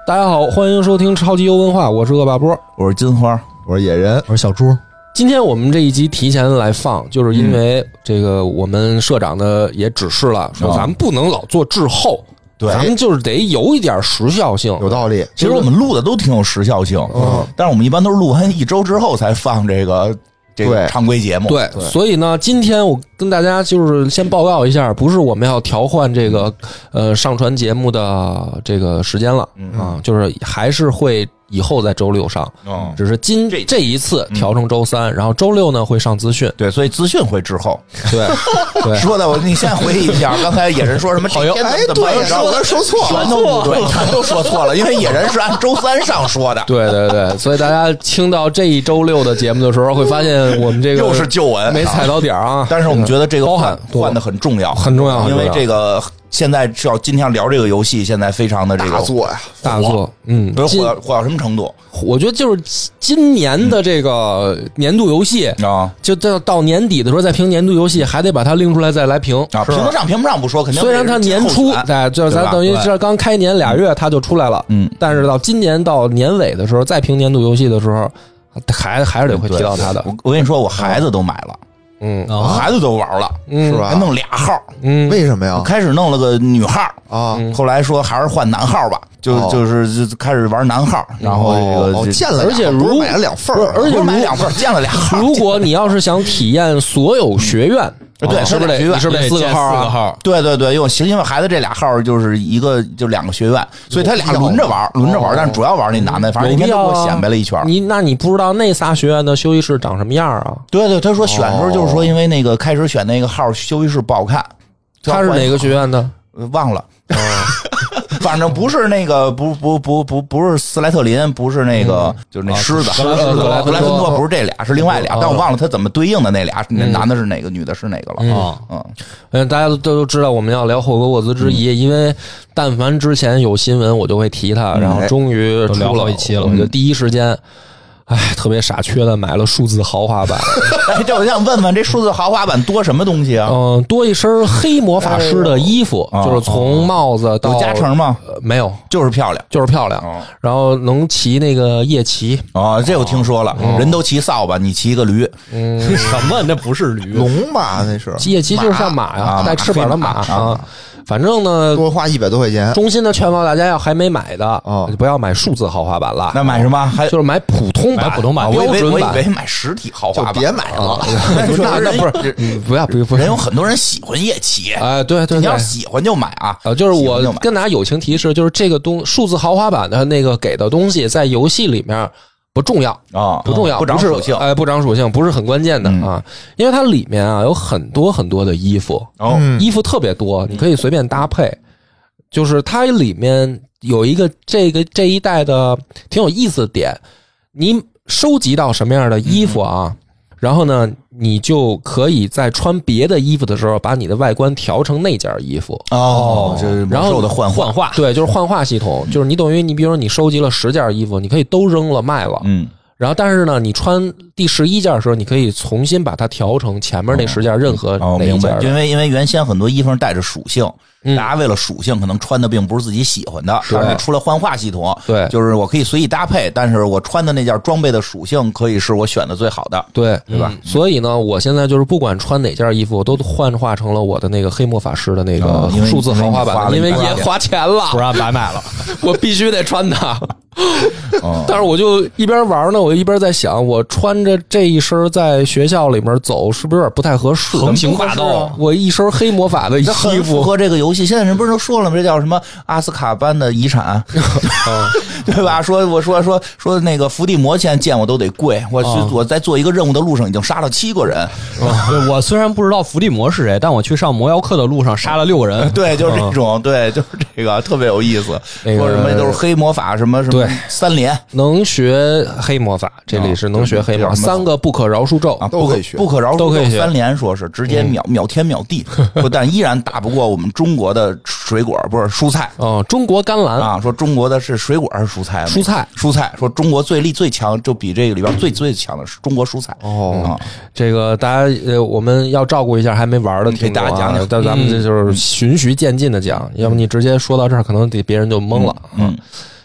大家好，欢迎收听超级优文化，我是恶霸波， 我是金花， 我是野人， 我是小猪。 今天我们这一集提前来放，就是因为这个我们社长的也指示了，说咱们不能老做滞后， 对， 咱们就是得有一点时效性。 有道理。 其实我们录的都挺有时效性，但是我们一般都是录完1周之后才放这个常规节目。 对，所以呢，今天我跟大家就是先报告一下，不是我们要调换这个上传节目的这个时间了啊，就是还是会以后在周六上，只是这一次调成周3，然后周六呢会上资讯。 对，所以资讯会滞后。 对， 说的你先回忆一下，刚才野人说什么？ 哎，对，说错了， 全都不对，全都说错了，因为野人是按周3上说的。 对对对，所以大家听到这一周六的节目的时候，会发现我们这个又是旧闻， 没踩到点啊。 但是我们觉得这个换的很重要， 很重要， 因为这个。现在今天要聊这个游戏，现在非常的这个大作呀， 大作， 火到什么程度？ 我觉得就是今年的这个年度游戏啊， 就到年底的时候再评年度游戏，还得把它拎出来再来评啊，评得上评不上不说，肯定虽然它年初就是咱等于这刚开年2月它就出来了，但是到今年到年尾的时候再评年度游戏的时候，还是得会提到它的。 我跟你说，我孩子都买了。孩子都玩了， 是吧？ 还弄俩号， 为什么呀？ 开始弄了个女号啊， 后来说还是换男号吧，就是开始玩男号，然后这个建了， 而且如买了2份， 而且买2份，建了俩号。 如果你要是想体验所有学院。 对， 是不是得4个号？ 对对对，因为孩子这俩号就是就2个学院，所以他俩轮着玩，但是主要玩那男的，反正一天都给我显摆了一圈。 那你不知道那仨学院的休息室长什么样啊？ 对对，他说选的时候就是说，因为那个开始选那个号休息室不好看。 他是哪个学院的？ 忘了。反正不是那个不是斯莱特林，不是那个就是那狮子，格莱芬多不是这俩，是另外俩，但我忘了他怎么对应的那俩，男的是哪个，女的是哪个了。 大家都知道我们要聊霍格沃兹之遗，因为但凡之前有新闻我就会提它，然后终于出了好几期了， 我就第一时间。特别傻缺的买了数字豪华版。 这我想问问，这数字豪华版多什么东西啊？ 多一身黑魔法师的衣服，就是从帽子到有加成吗？ 没有， 就是漂亮， 然后能骑那个夜骑这我听说了，人都骑扫把，你骑一个驴， 什么？那不是驴， 龙吧？那是夜骑就是像马呀，带翅膀的马啊。反正呢， 多花100多块钱。 衷心的劝告大家，要还没买的就不要买数字豪华版了。 那买什么？ 就是买普通版， 标准版。 我以为买实体豪华版， 就别买了。 那不是，不要， 人有很多人喜欢夜骑。 对， 你要喜欢就买啊。 就是我跟大家友情提示，就是这个数字豪华版的那个给的东西，在游戏里面。不重要啊，不重要， 不长属性， 不长属性，不是很关键的啊，因为它里面有很多很多的衣服，衣服特别多，你可以随便搭配。就是它里面有一个这一代的挺有意思的点，你收集到什么样的衣服啊？然后呢，你就可以在穿别的衣服的时候，把你的外观调成那件衣服。 就是魔兽的幻化， 对，就是幻化系统，就是你等于你比如说你收集了10件衣服，你可以都扔了卖了，然后但是呢，你穿第11件的时候，你可以重新把它调成前面那10件任何哪一件。 因为原先很多衣服上带着属性。大家为了属性可能穿的并不是自己喜欢的，但是出了幻化系统， 对， 就是我可以随意搭配，但是我穿的那件装备的属性可以是我选的最好的， 对吧？ 所以呢，我现在就是不管穿哪件衣服，我都幻化成了我的那个黑魔法师的那个数字豪华版，因为也花钱了， 不然白买了， 我必须得穿它。但是我就一边玩呢，我一边在想，我穿着这一身在学校里面走，是不是有点不太合适？ 横行霸道， 我一身黑魔法的衣服， 符合这个游戏。现在人不是都说了吗？这叫什么阿斯卡班的遗产，对吧？说那个伏地魔现在见我都得跪。我在做一个任务的路上已经杀了7个人。 我虽然不知道伏地魔是谁，但我去上魔药课的路上杀了6个人。 对，就是这种，对，就是这个特别有意思。说什么都是黑魔法，什么对 3连能学黑魔法，这里是能学黑魔法，3个不可饶恕咒都可以学， 不可饶恕都可以学 3连，说是直接秒天秒地，但依然打不过我们中国的水果，不是蔬菜中国甘蓝啊，说中国的是水果还是蔬菜？ 蔬菜，说中国最强，就比这个里边最强的是中国蔬菜。 这个大家我们要照顾一下还没玩的听众，给大家讲，但咱们这就是循序渐进的讲，要不你直接说到这儿，可能别人就懵了。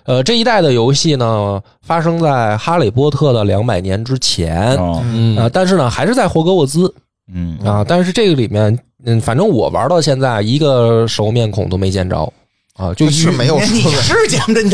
这一代的游戏呢，发生在哈利波特的200年之前，但是呢，还是在霍格沃兹，但是这个里面，反正我玩到现在，一个熟面孔都没见着。 就是没有你是讲的，你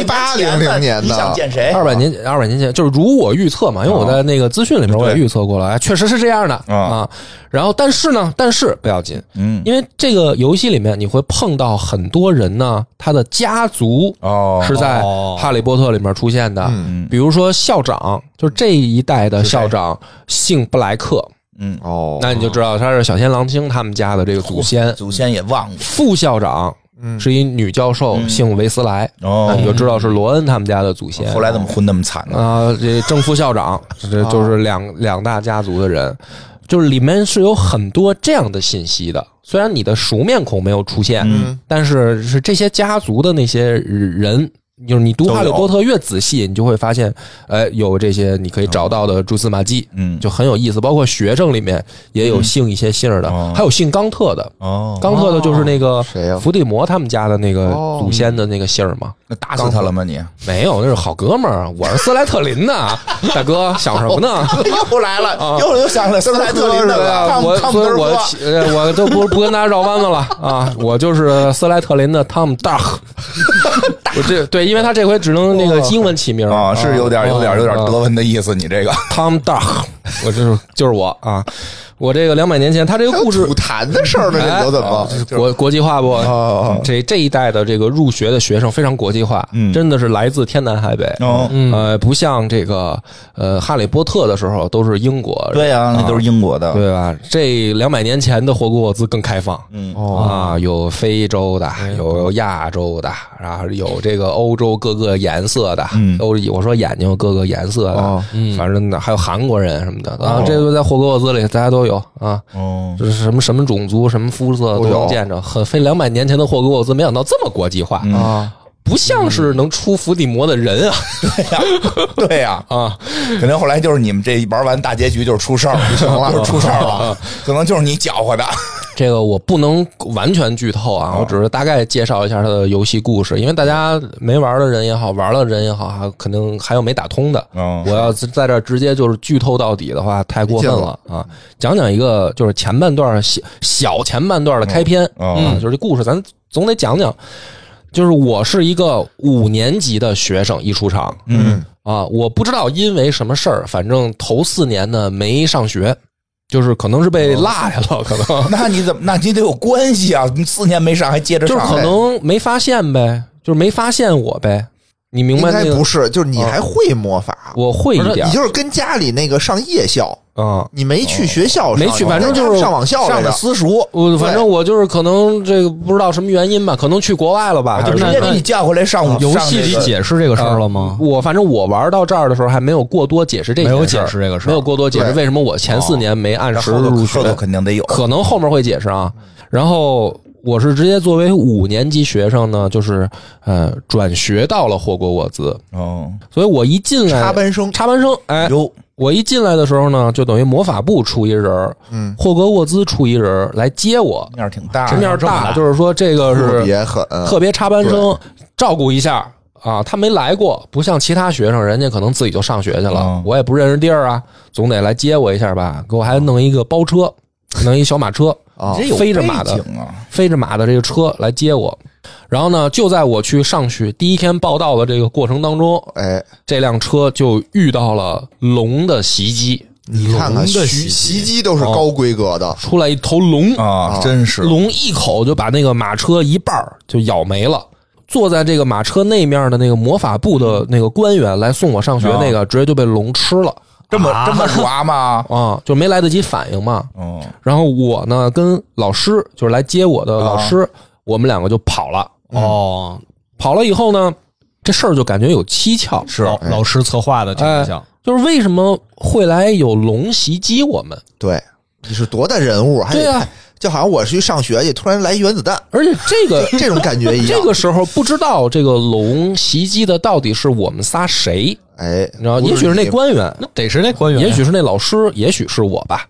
1800年的， 你想见谁 ？200年前，就是如我预测嘛，因为我在那个资讯里面我也预测过了，确实是这样的啊。然后，但是不要紧，因为这个游戏里面你会碰到很多人呢，他的家族是在哈利波特里面出现的，比如说校长，就是这一代的校长姓布莱克。那你就知道他是小天狼星他们家的这个祖先也忘了。 副校长是一女教授，姓维斯莱，那你就知道是罗恩他们家的祖先。 后来怎么混那么惨呢？ 这正副校长，这就是两大家族的人，就是里面是有很多这样的信息的。虽然你的熟面孔没有出现，但是这些家族的那些人。就是你读哈利波特越仔细，你就会发现，有这些你可以找到的蛛丝马迹，就很有意思。包括学生里面也有姓一些姓的，还有姓冈特的。冈特的就是那个伏地魔他们家的那个祖先的那个姓嘛。 那打死他了吗你？ 没有，那是好哥们儿，我是斯莱特林的大哥，想什么呢？ 又来了，又想了斯莱特林的呀。我都不跟大家绕弯子了啊！我就是斯莱特林的 Tom Dark。我对，因为他这回只能那个英文起名啊，是有点德文的意思。你这个 Tom Dark， 我就是我啊。我这个200年前，他这个故事吐痰的事儿呢，这都怎么国际化不？这一代的这个入学的学生非常国际化，真的是来自天南海北。不像这个哈利波特的时候都是英国， 对啊，那都是英国的， 对吧？这200年前的霍格沃兹更开放，有非洲的，有亚洲的，然后有这个欧洲各个颜色的，我说眼睛有各个颜色的，反正还有韩国人什么的啊，这个在霍格沃兹里大家都有啊，就是什么种族、什么肤色都能见着。非200年前的霍格沃兹，没想到这么国际化啊！不像是能出伏地魔的人啊！ 对呀，可能后来就是你们这玩完大结局就是出事儿，不行了，就是出事儿了，可能就是你搅和的。 这个我不能完全剧透啊，我只是大概介绍一下它的游戏故事，因为大家没玩的人也好，玩了人也好，肯定还有没打通的。我要在这直接就是剧透到底的话，太过分了啊！讲一个就是前半段小前半段的开篇就是这故事咱总得讲讲。就是我是一个5年级的学生，一出场，我不知道因为什么事儿，反正头4年呢没上学。就是可能是被落下了，可能。 那你得有关系啊！4年没上还接着上， 就是可能没发现呗，就是没发现我呗。你明白？ 应该不是，就是你还会魔法， 我会一点。 你就是跟家里那个上夜校你没去学校上， 没去，反正就是上网校上的私塾。 反正我就是可能这个不知道什么原因吧，可能去国外了吧， 就直接给你叫回来上午。 游戏里解释这个事儿了吗？ 反正我玩到这儿的时候还没有过多解释这个事儿， 没有解释这个事儿， 没有过多解释为什么我前4年没按时入学， 肯定得有， 可能后面会解释啊。然后我是直接作为5年级学生呢，就是转学到了霍格沃兹所以我一进来插班生， 我一进来的时候呢，就等于魔法部出一人，霍格沃兹出一人来接我， 面挺大， 这面大，就是说这个是特别狠， 特别插班生，照顾一下啊。他没来过，不像其他学生，人家可能自己就上学去了，我也不认识地儿啊，总得来接我一下吧，给我还弄一个包车，弄一小马车。飞着马的这个车来接我，然后呢，就在我去上学第一天报到的这个过程当中，这辆车就遇到了龙的袭击。 你看看，袭击都是高规格的， 出来一头龙啊，真是龙一口就把那个马车一半就咬没了。坐在这个马车那面的那个魔法部的那个官员来送我上学，那个直接就被龙吃了。 这么抓吗？ 就没来得及反应嘛。然后我呢跟老师，就是来接我的老师，我们2个就跑了。跑了以后呢，这事儿就感觉有蹊跷， 是老师策划的挺像。 就是为什么会来有龙袭击我们？ 对，你是多大人物？ 对啊。 就好像我去上学去，突然来原子弹， 而且这种感觉一样。 这个时候不知道这个龙袭击的到底是我们仨谁？你知道，也许是那官员， 得是那官员， 也许是那老师，也许是我吧。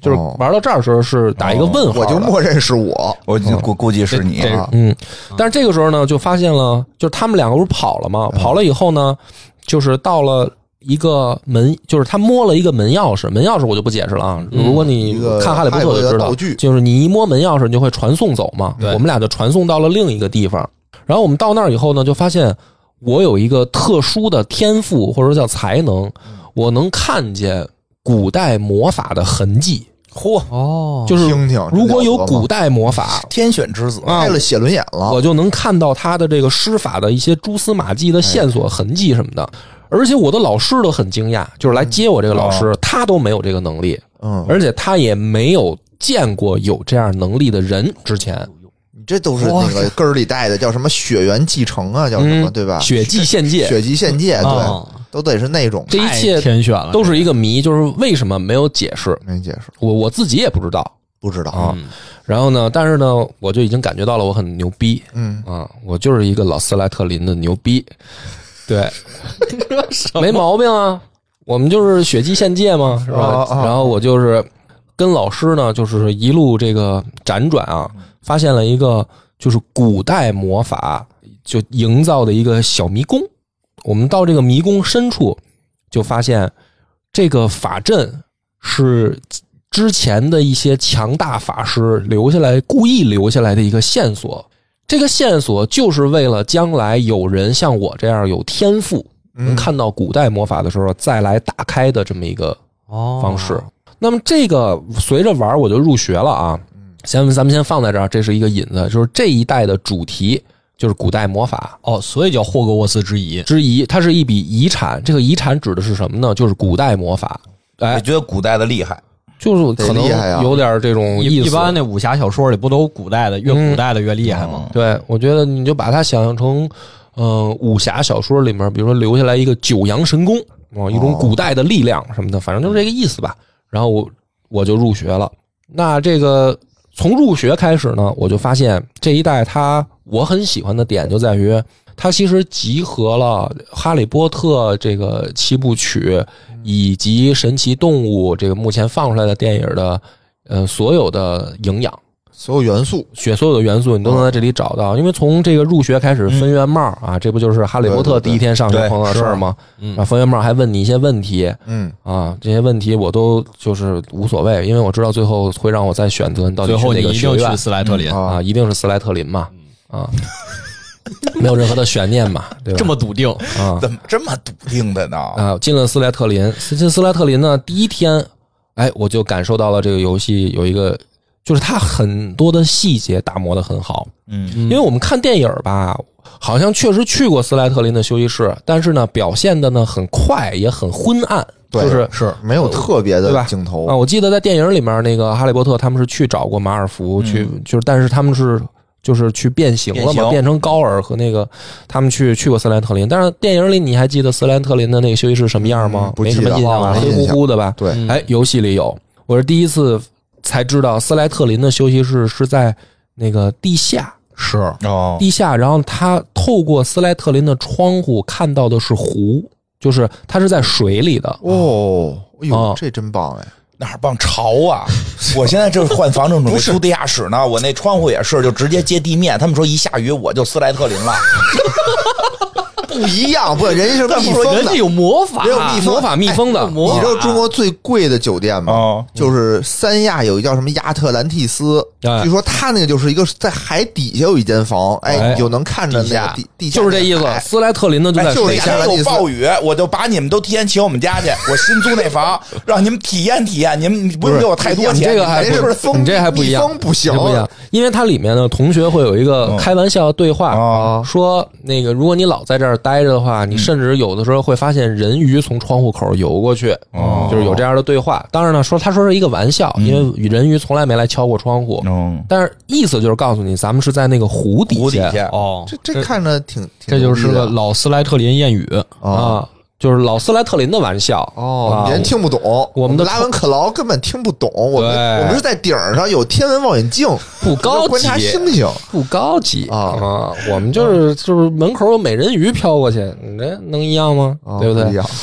就是玩到这儿的时候是打一个问号， 我就默认是我就估计是你啊。但是这个时候呢，就发现了，就是他们两个不是跑了吗？跑了以后呢，就是到了一个门，就是他摸了一个门钥匙，门钥匙我就不解释了啊。如果你看哈利波特就知道，就是你一摸门钥匙，你就会传送走嘛。我们俩就传送到了另一个地方，然后我们到那儿以后呢，就发现我有一个特殊的天赋或者叫才能，我能看见古代魔法的痕迹。就是如果有古代魔法， 天选之子开了写轮眼了， 我就能看到他的这个施法的一些蛛丝马迹的线索痕迹什么的。而且我的老师都很惊讶，就是来接我这个老师，他都没有这个能力，而且他也没有见过有这样能力的人之前。 你这都是那个根儿里带的，叫什么血缘继承啊，叫什么对吧？ 血迹献界， 血迹献界，对，都得是那种。 这一切天选了， 都是一个谜，就是为什么没有解释？ 没解释， 我自己也不知道啊。 然后呢，但是呢，我就已经感觉到了我很牛逼，我就是一个老斯莱特林的牛逼。对，没毛病啊，我们就是血迹献界嘛，是吧？然后我就是跟老师呢，就是一路这个辗转啊，发现了一个就是古代魔法就营造的一个小迷宫。我们到这个迷宫深处，就发现这个法阵是之前的一些强大法师故意留下来的一个线索。这个线索就是为了将来有人像我这样有天赋，能看到古代魔法的时候再来打开的这么一个方式。那么这个随着玩我就入学了啊。咱们先放在这儿，这是一个引子，就是这一代的主题就是古代魔法所以叫霍格沃茨之遗。 它是一笔遗产。这个遗产指的是什么呢？就是古代魔法。 你觉得古代的厉害？ 就是可能有点这种意思。 一般那武侠小说里不都古代的，越古代的越厉害吗？ 对，我觉得你就把它想象成，武侠小说里面，比如说留下来一个九阳神功一种古代的力量什么的，反正就是这个意思吧。然后我就入学了。那这个从入学开始呢，我就发现这一代我很喜欢的点就在于，它其实集合了哈利波特这个7部曲以及神奇动物这个目前放出来的电影的所有的营养， 所有元素你都能在这里找到。因为从这个入学开始分院帽啊，这不就是哈利波特第一天上学碰到的事儿吗？分院帽还问你一些问题，这些问题我都就是无所谓，因为我知道最后会让我再选择你到底是哪个学院。 最后你一定去斯莱特林一定是斯莱特林嘛没有任何的悬念嘛，对吧？ 这么笃定怎么这么笃定的呢？ 进了斯莱特林，进斯莱特林呢，第一天，我就感受到了这个游戏有一个，就是它很多的细节打磨得很好。因为我们看电影吧，好像确实去过斯莱特林的休息室，但是呢，表现的呢很快，也很昏暗，就是没有特别的镜头我记得在电影里面，那个哈利波特他们是去找过马尔福去，但是他们就是去变形了嘛，变成高尔和那个他们去过斯莱特林。但是电影里你还记得斯莱特林的那个休息室什么样吗？没什么印象吧，黑乎乎的吧？ 对， 游戏里有。我是第一次才知道斯莱特林的休息室是在那个地下，地下。然后他透过斯莱特林的窗户看到的是湖，就是它是在水里的。 这真棒哎！ 哪儿棒潮啊！我现在正换房正准备租地下室呢，我那窗户也是就直接接地面。他们说一下雨我就斯莱特林了。 不一样，人家是密封的， 人家有魔法， 密封的。 你知道中国最贵的酒店吗？就是三亚有一叫什么亚特兰蒂斯，据说他那个就是一个在海底下有一间房，你就能看着那个地下， 就是这意思。斯莱特林的就在水下。 有暴雨，我就把你们都提前请我们家去，我新租那房，让你们体验体验，你们不用给我太多钱。 这个还不你这还不一样， 不行， 因为它里面的同学会有一个开玩笑对话，说那个如果你老在这儿待着的话，你甚至有的时候会发现人鱼从窗户口游过去，就是有这样的对话。当然呢，他说是一个玩笑，因为人鱼从来没来敲过窗户，但是意思就是告诉你，咱们是在那个湖底下。 这看着挺， 这就是个老斯莱特林谚语就是老斯莱特林的玩笑人听不懂。我们的拉文克劳根本听不懂。我们是在顶上有天文望远镜， 不高级， 观察星星， 不高级我们就是门口有美人鱼飘过去，你这能一样吗？对不对？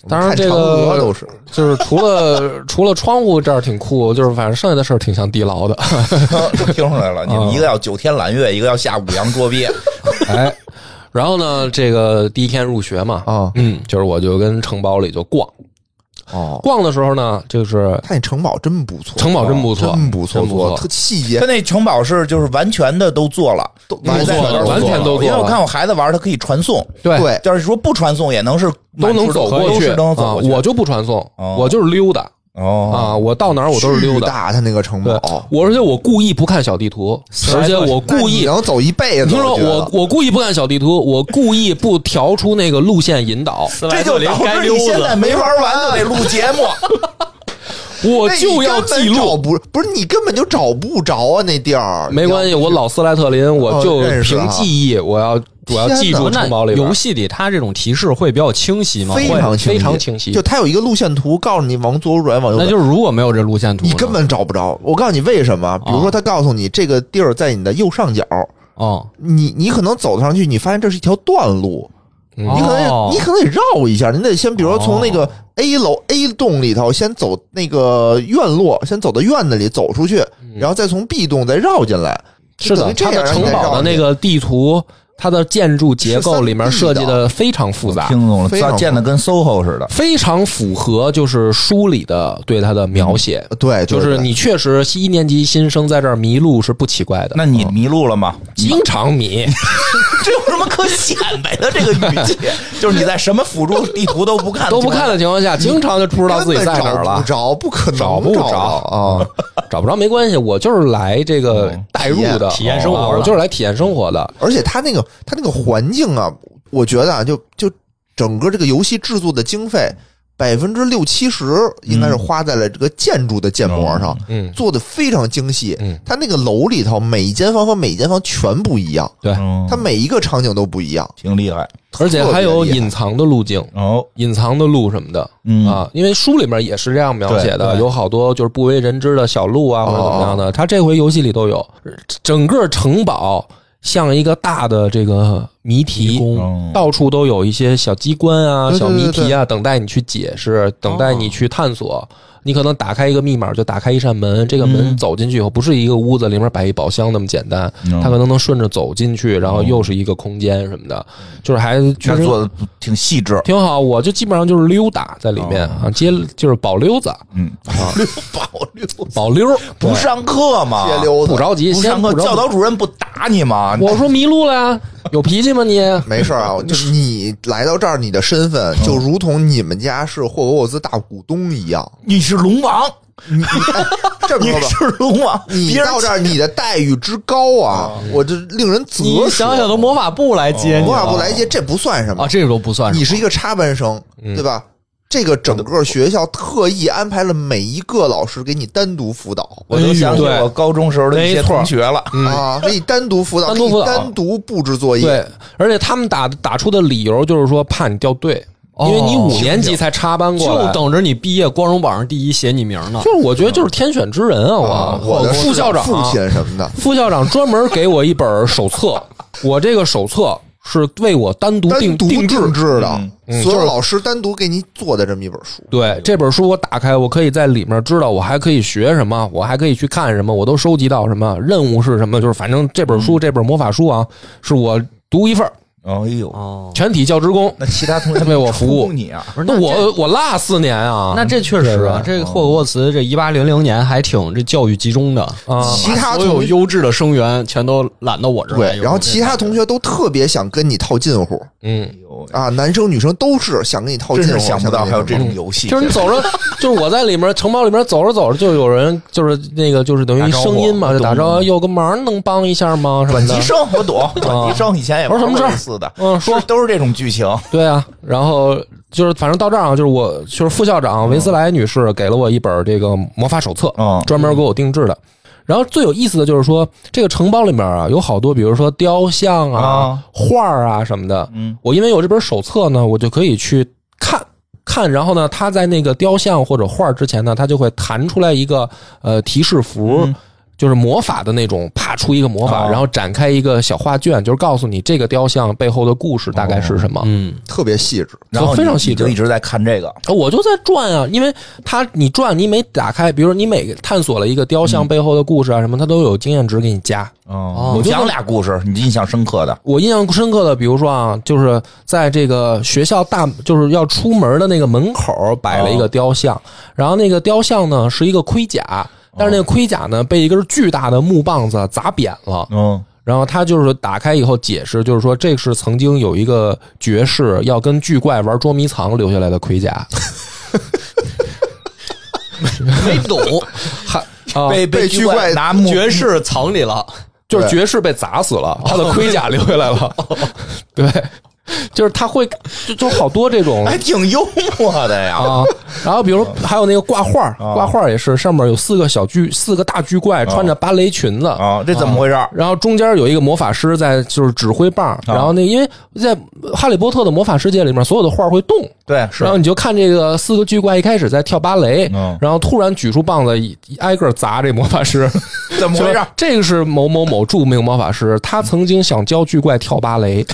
当然这个都是， 就是除了窗户这儿挺酷，就是反正剩下的事儿挺像地牢的。 听出来了，你们一个要9天揽月，一个要下5洋捉鳖。 哎，然后呢，这个第一天入学嘛，就是我就跟城堡里就逛。逛的时候呢，就是他那城堡真不错， 城堡真不错， 真不错，特细节。 他那城堡是就是完全的都做了， 完全都做了。 因为我看我孩子玩，他可以传送， 对， 要是说不传送也能是都能走过去，我就不传送，我就是溜达。我到哪儿我都是溜达。 大他那个城堡， 而且我故意不看小地图，而且我故意能走一辈子。 听说我故意不看小地图，我故意不调出那个路线引导， 这就导致你现在没玩完就得录节目。 我就要记录， 不是你根本就找不着啊那地儿。 没关系，我老斯莱特林，我就凭记忆，我要记住城堡里边。 游戏里它这种提示会比较清晰吗？ 非常清晰。 就它有一个路线图，告诉你往左转往右转。 那就是如果没有这路线图， 你根本找不着。我告诉你为什么？比如说，他告诉你这个地儿在你的右上角。你可能走上去，你发现这是一条断路。你可能得绕一下，你得先比如说从那个 A 栋里头先走那个院落，先走到院子里走出去，然后再从 B 栋再绕进来。 是的，它的城堡的那个地图，它的建筑结构里面设计的非常复杂， 听懂了，建的跟 SOHO 似的， 非常符合就是书里的对它的描写。 对， 就是你确实1年级新生在这儿迷路是不奇怪的。 那你迷路了吗？ 经常迷。 这有什么可显摆的？这个语气就是你在什么辅助地图都不看的情况下，经常就不知道自己在哪儿了。 不可能找不着啊，找不着没关系，我就是来这个代入的体验生活， 我就是来体验生活的。 而且他那个环境啊，我觉得啊，就整个这个游戏制作的经费60-70%应该是花在了这个建筑的建模上，做的非常精细。它那个楼里头每一间房和每一间房全不一样， 对， 它每一个场景都不一样， 挺厉害。 而且还有隐藏的路径隐藏的路什么的因为书里面也是这样描写的，有好多就是不为人知的小路啊或者怎么样的，它这回游戏里都有。整个城堡像一个大的这个谜题，到处都有一些小机关啊、小谜题啊，等待你去解释，等待你去探索。你可能打开一个密码就打开一扇门，这个门走进去以后不是一个屋子里面摆一宝箱那么简单，它可能能顺着走进去，然后又是一个空间什么的，就是还确实做的挺细致， 挺好。我就基本上就是溜达在里面就是宝溜子，宝溜不上课吗？ 不着急， 不上课，教导主任不打你吗？ 我说迷路了呀，有脾气吗你？ 没事啊，就是你来到这儿，你的身份就如同你们家是霍格沃兹大股东一样， 你是龙王。 这么说吧， 你是龙王， 你到这儿你的待遇之高啊，我这令人啧舌。 你想想，都魔法部来接你， 魔法部来接，这不算什么啊，这都不算什么。 你是一个插班生，对吧？这个整个学校特意安排了每一个老师给你单独辅导， 我都想起我高中时候的一些同学了给你单独辅导，单独布置作业。 对，而且他们打出的理由就是说怕你掉队。因为你5年级才插班过来， 就等着你毕业光荣榜上第一写你名呢。 就是我觉得就是天选之人啊！我的副校长、 父亲什么的， 副校长专门给我一本手册，我这个手册是为我单独定制的，所有老师单独给你做的这么一本书。 对，这本书我打开，我可以在里面知道我还可以学什么，我还可以去看什么，我都收集到什么任务是什么，就是反正这本书这本魔法书啊，是我独一份。 哎呦， 全体教职工， 那其他同学为我服务你啊？ 不是，那我落4年啊， 那这确实啊，这个霍格沃茨这1800年还挺这教育集中的啊， 其他所有优质的生源全都揽到我这儿来。 对，然后其他同学都特别想跟你套近乎，男生女生都是想跟你套近乎， 真是想不到还有这种游戏。 就是你走着，就是我在里面城堡里面走着走着，就有人就是那个就是等于声音嘛，就打招呼，有个忙能帮一下吗？什么的。 转级生我懂，转级生以前也玩过类似的， 说都是这种剧情。 对啊，然后就是反正到这儿啊，就是副校长维斯莱女士给了我一本这个魔法手册，专门给我定制的。然后最有意思的就是说，这个城堡里面啊，有好多，比如说雕像啊、画啊什么的。我因为有这本手册呢，我就可以去看，然后呢，他在那个雕像或者画之前呢，他就会弹出来一个提示符， 就是魔法的那种，啪出一个魔法，然后展开一个小画卷，就是告诉你这个雕像背后的故事大概是什么。 特别细致， 然后非常细致， 就一直在看这个。 我就在转啊，因为你转，你每打开，比如说你每探索了一个雕像背后的故事啊什么，它都有经验值给你加。 我讲俩故事，你印象深刻的？ 我印象深刻的，比如说啊，就是在这个学校就是要出门的那个门口摆了一个雕像，然后那个雕像呢是一个盔甲。但是那个盔甲呢，被一根巨大的木棒子砸扁了。然后他就是打开以后解释，就是说这是曾经有一个爵士要跟巨怪玩捉迷藏留下来的盔甲。 没懂， 被巨怪拿爵士藏里了， 就是爵士被砸死了，他的盔甲留下来了。对。就是他会就好多这种还挺幽默的呀然后比如还有那个挂画，挂画也是上面有四个大巨怪穿着芭蕾裙子这怎么回事？ 然后中间有一个魔法师在就是指挥棒，然后因为在哈利波特的魔法世界里面，所有的画会动， 对，是。 然后你就看这个四个巨怪一开始在跳芭蕾，然后突然举出棒子挨个砸这魔法师， 怎么回事？ 这个是某某某著名魔法师，他曾经想教巨怪跳芭蕾。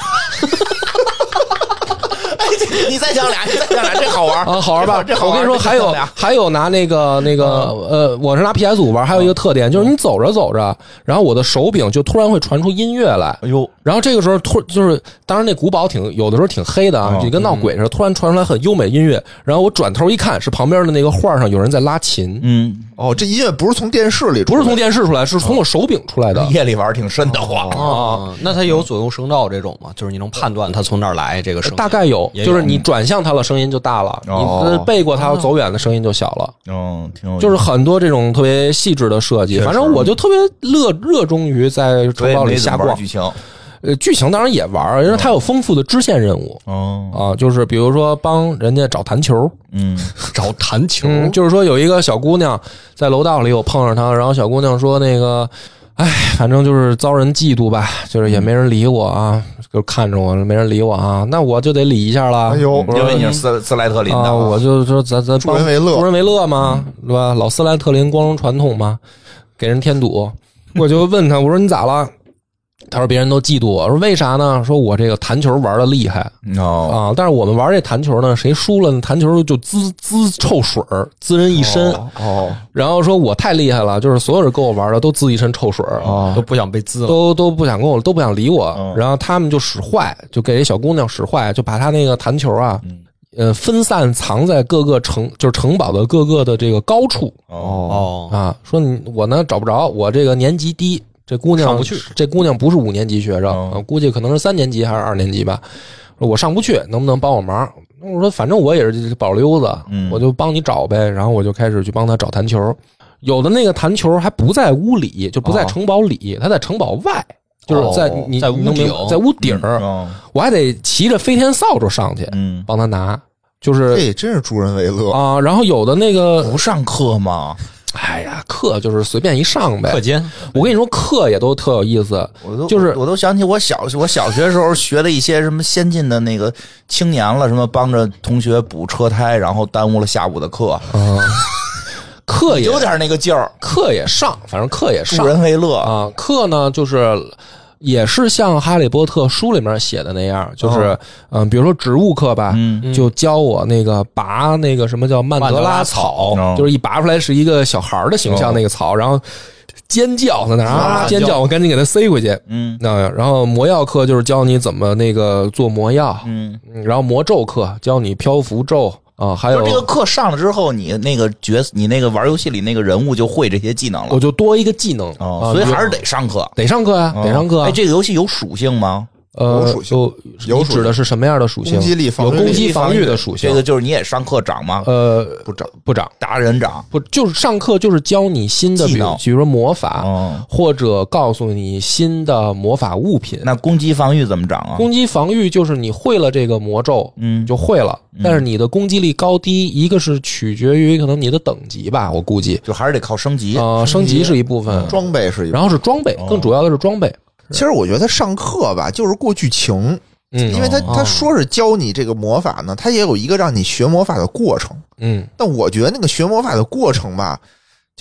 你再讲俩，这好玩好玩吧？ 这好玩。 我跟你说，还有拿那个我是拿 PS5 玩，还有一个特点就是你走着走着，然后我的手柄就突然会传出音乐来， 哎呦！ 然后这个时候就是当然那古堡有的时候挺黑的啊，就跟闹鬼似的，突然传出来很优美音乐，然后我转头一看，是旁边的那个画上有人在拉琴。 这音乐不是从电视里出来， 不是从电视出来，是从我手柄出来的。 夜里玩挺瘆得慌那它有左右声道这种吗？就是你能判断它从哪儿来这个声音？ 大概有，就是你转向它了，声音就大了；你背过它走远的声音就小了。 挺有意思。 就是很多这种特别细致的设计，反正我就特别热衷于在城堡里瞎逛。 剧情。 剧情当然也玩，因为它有丰富的支线任务。就是比如说帮人家找弹球， 找弹球， 就是说有一个小姑娘在楼道里，我碰上她，然后小姑娘说那个，反正就是遭人嫉妒吧，就是也没人理我啊，就看着我没人理我啊，那我就得理一下了。 因为你是斯莱特林的， 我就说咱助人为乐嘛，对吧？老斯莱特林光荣传统嘛，给人添堵。我就问他，我说你咋了？他说别人都嫉妒我，说为啥呢？说我这个弹球玩的厉害但是我们玩这弹球呢，谁输了呢？弹球就滋臭水滋人一身然后说我太厉害了，就是所有人跟我玩的都滋一身臭水都不想被滋了， 都不想跟我，都不想理我然后他们就使坏，就给这小姑娘使坏，就把他那个弹球啊分散藏在各个城堡的各个的这个高处说我呢找不着，我这个年级低。这姑娘上不去， 这姑娘不是5年级学生估计可能是3年级还是2年级吧。我上不去，能不能帮我忙？我说反正我也是宝溜子，我就帮你找呗。然后我就开始去帮他找弹球。有的那个弹球还不在屋里，就不在城堡里，他在城堡外，就是在屋顶我还得骑着飞天扫帚上去，帮他拿。就是这真是助人为乐然后有的那个不上课吗？ 哎呀，课就是随便一上呗。 课间， 我跟你说，课也都特有意思。 我都想起我小学时候学的一些什么先进的那个青年了，什么帮着同学补车胎，然后耽误了下午的课。 课也有点那个劲儿， 课也上，反正课也上， 助人为乐课呢就是也是像哈利波特书里面写的那样，就是比如说植物课吧，就教我那个拔那个什么叫曼德拉草，就是一拔出来是一个小孩的形象那个草，然后尖叫在那尖叫，我赶紧给他塞回去。然后魔药课就是教你怎么那个做魔药，然后魔咒课教你漂浮咒。还有这个课上了之后，你那个你那个玩游戏里那个人物就会这些技能了， 我就多一个技能所以还是得上课， 得上课呀，得上课。 这个游戏有属性吗？ 有属性， 你指的是什么样的属性？ 攻击力、 有攻击防御的属性。 这个就是你也上课长吗？ 不长， 达人长不就是上课就是教你新的，比如说魔法，或者告诉你新的魔法物品。 那攻击防御怎么长啊？ 攻击防御就是你会了这个魔咒，就会了，但是你的攻击力高低，一个是取决于可能你的等级吧，我估计就还是得靠升级升级是一部分， 装备是一部分， 然后是装备，更主要的是装备。 其实我觉得他上课吧，就是过剧情，因为他说是教你这个魔法呢，他也有一个让你学魔法的过程，但我觉得那个学魔法的过程吧，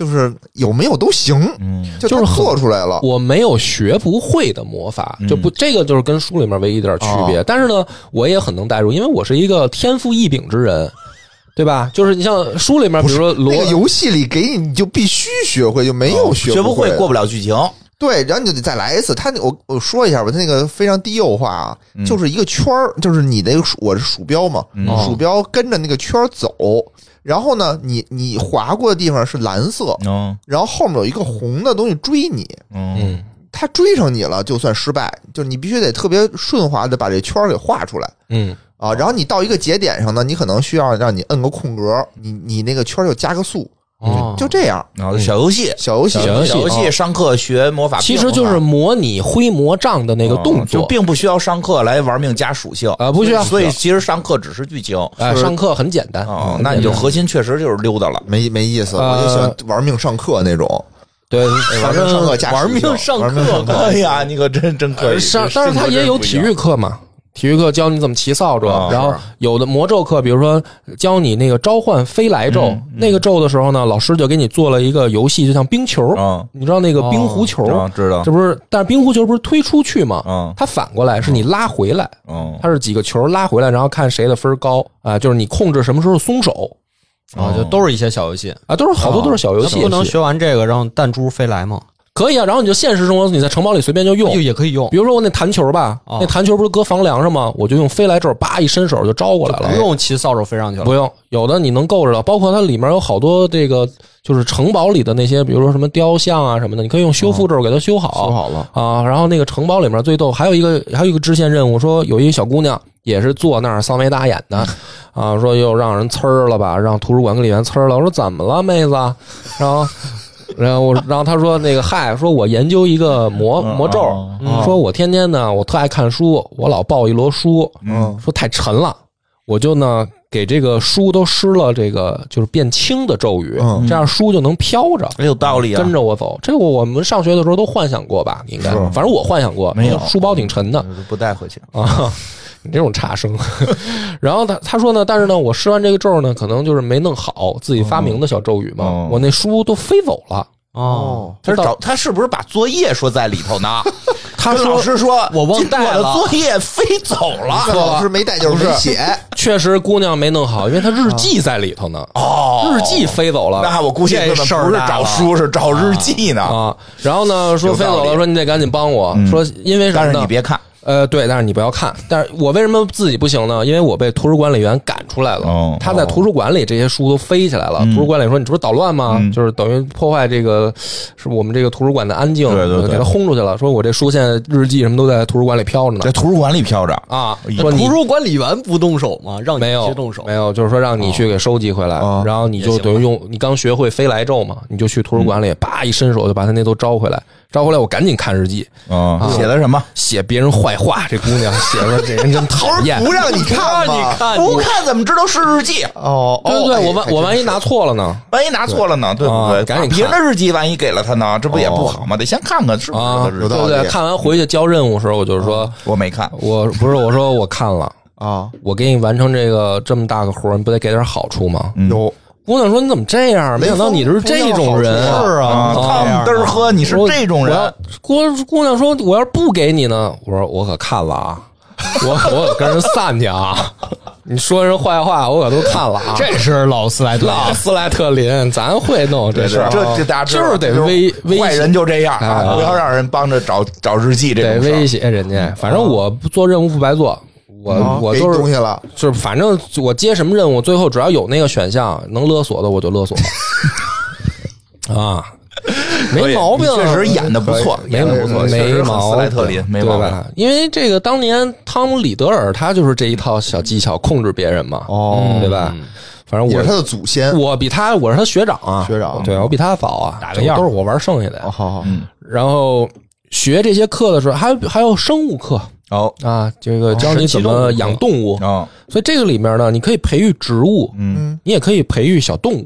就是有没有都行，就是做出来了。 我没有学不会的魔法，就不这个就是跟书里面唯一一点区别。但是呢，我也很能代入，因为我是一个天赋异禀之人。对吧？就是你像书里面，比如说那个游戏里给你就必须学会，就没有学不会过不了剧情。 对，然后你就得再来一次。我说一下吧，他那个非常低幼化啊，就是一个圈儿，就是你的我是鼠标嘛，鼠标跟着那个圈走，然后呢，你划过的地方是蓝色，然后后面有一个红的东西追你，他追上你了就算失败，就是你必须得特别顺滑的把这圈给画出来，然后你到一个节点上呢，你可能需要让你摁个空格，你那个圈就加个速。就这样， 小游戏，上课学魔法， 其实就是模拟挥魔杖的那个动作， 就并不需要上课来玩命加属性不需要。 所以其实上课只是剧情， 上课很简单。 那你就核心确实就是溜达了， 没意思。我就喜欢玩命上课那种。 对， 玩命上课加玩命上课。 哎呀，你可真可以。 但是他也有体育课嘛。体育课教你怎么骑扫帚，然后有的魔咒课，比如说教你那个召唤飞来咒，那个咒的时候呢，老师就给你做了一个游戏，就像冰球，你知道那个冰壶球， 知道， 这不是？但是冰壶球不是推出去吗？它反过来是你拉回来，它是几个球拉回来，然后看谁的分高啊，就是你控制什么时候松手就都是一些小游戏啊，好多都是小游戏。 不能学完这个让弹珠飞来吗？ 可以啊，然后你就现实生活你在城堡里随便就用， 也可以用。 比如说我那弹球吧，那弹球不是搁房梁上吗？我就用飞来咒，叭一伸手就招过来了， 不用骑扫帚飞上去了。 不用，有的你能够着的，包括它里面有好多这个就是城堡里的那些，比如说什么雕像啊什么的，你可以用修复咒给它修好了啊。然后那个城堡里面最逗，还有一个支线任务，说有一个小姑娘也是坐那儿丧眉打眼的啊，说又让人呲儿了吧，让图书馆里面呲儿了。我说怎么了，妹子？然后他说那个说我研究一个魔咒，说我天天呢我特爱看书，我老抱一摞书，说太沉了，我就呢给这个书都施了这个就是变轻的咒语，这样书就能飘着， 有道理啊， 跟着我走。这个我们上学的时候都幻想过吧？应该，反正我幻想过， 没有书包挺沉的， 不带回去啊。你这种差生，然后他说呢，但是呢，我施完这个咒呢，可能就是没弄好自己发明的小咒语嘛，我那书都飞走了。 他是不是把作业说在里头呢？ 他说老师说我忘带了， 我的作业飞走了， 老师没带就是没写。 确实姑娘没弄好，因为她日记在里头呢。日记飞走了。 那我估计这事儿不是找书，是找日记呢啊。然后呢，说飞走了，说你得赶紧帮我，说因为什么呢？ 但是你别看。 对，但是你不要看。但是我为什么自己不行呢？因为我被图书管理员赶出来了。他在图书馆里这些书都飞起来了。图书馆里说：“你这不是捣乱吗？就是等于破坏这个是我们这个图书馆的安静， 对， 给他轰出去了。说我这书现在日记什么都在图书馆里飘着呢， 在图书馆里飘着啊。 说图书管理员不动手吗？让你去动手？ 没有，就是说让你去给收集回来，然后你就等于用你刚学会飞来咒嘛，你就去图书馆里，叭一伸手就把他那都招回来。招回来，我赶紧看日记写的什么？ 写别人坏话。这姑娘写的这人真讨厌， 不让你看吗？ 不看怎么知道是日记？ 对，我万一拿错了呢？ 万一拿错了呢？对不对？ 赶紧别人的日记，万一给了他呢？这不也不好吗？得先看看是不是日记。 对，看完回去交任务的时候，我就是说我没看， 我说我看了啊，我给你完成这么大个活，你不得给点好处吗？ 有。 姑娘说：“你怎么这样？没想到你是这种人。” 是啊， 汤嘚喝，你是这种人。 姑娘说：“我要是不给你呢？”我说：“我可看了啊，我可跟人散去啊！你说人坏话，我可都看了啊！ 这是老斯莱特林，咱会弄这事。 这大家就是得威坏人就这样啊！不要让人帮着找日记这种事。 得威胁人家，反正我做任务不白做。”我都是东西了， 就是反正我接什么任务，最后只要有那个选项能勒索的，我就勒索啊，没毛病， 确实演的不错， 没毛病， 斯莱特林没毛病， 因为这个当年汤姆·里德尔他就是这一套小技巧控制别人嘛，对吧？反正我是他的祖先， 我是他学长啊，对我比他早啊， 打个样都是我玩剩下的。 好， 然后学这些课的时候，还有生物课。这个教你怎么养动物所以这个里面呢，你可以培育植物，你也可以培育小动物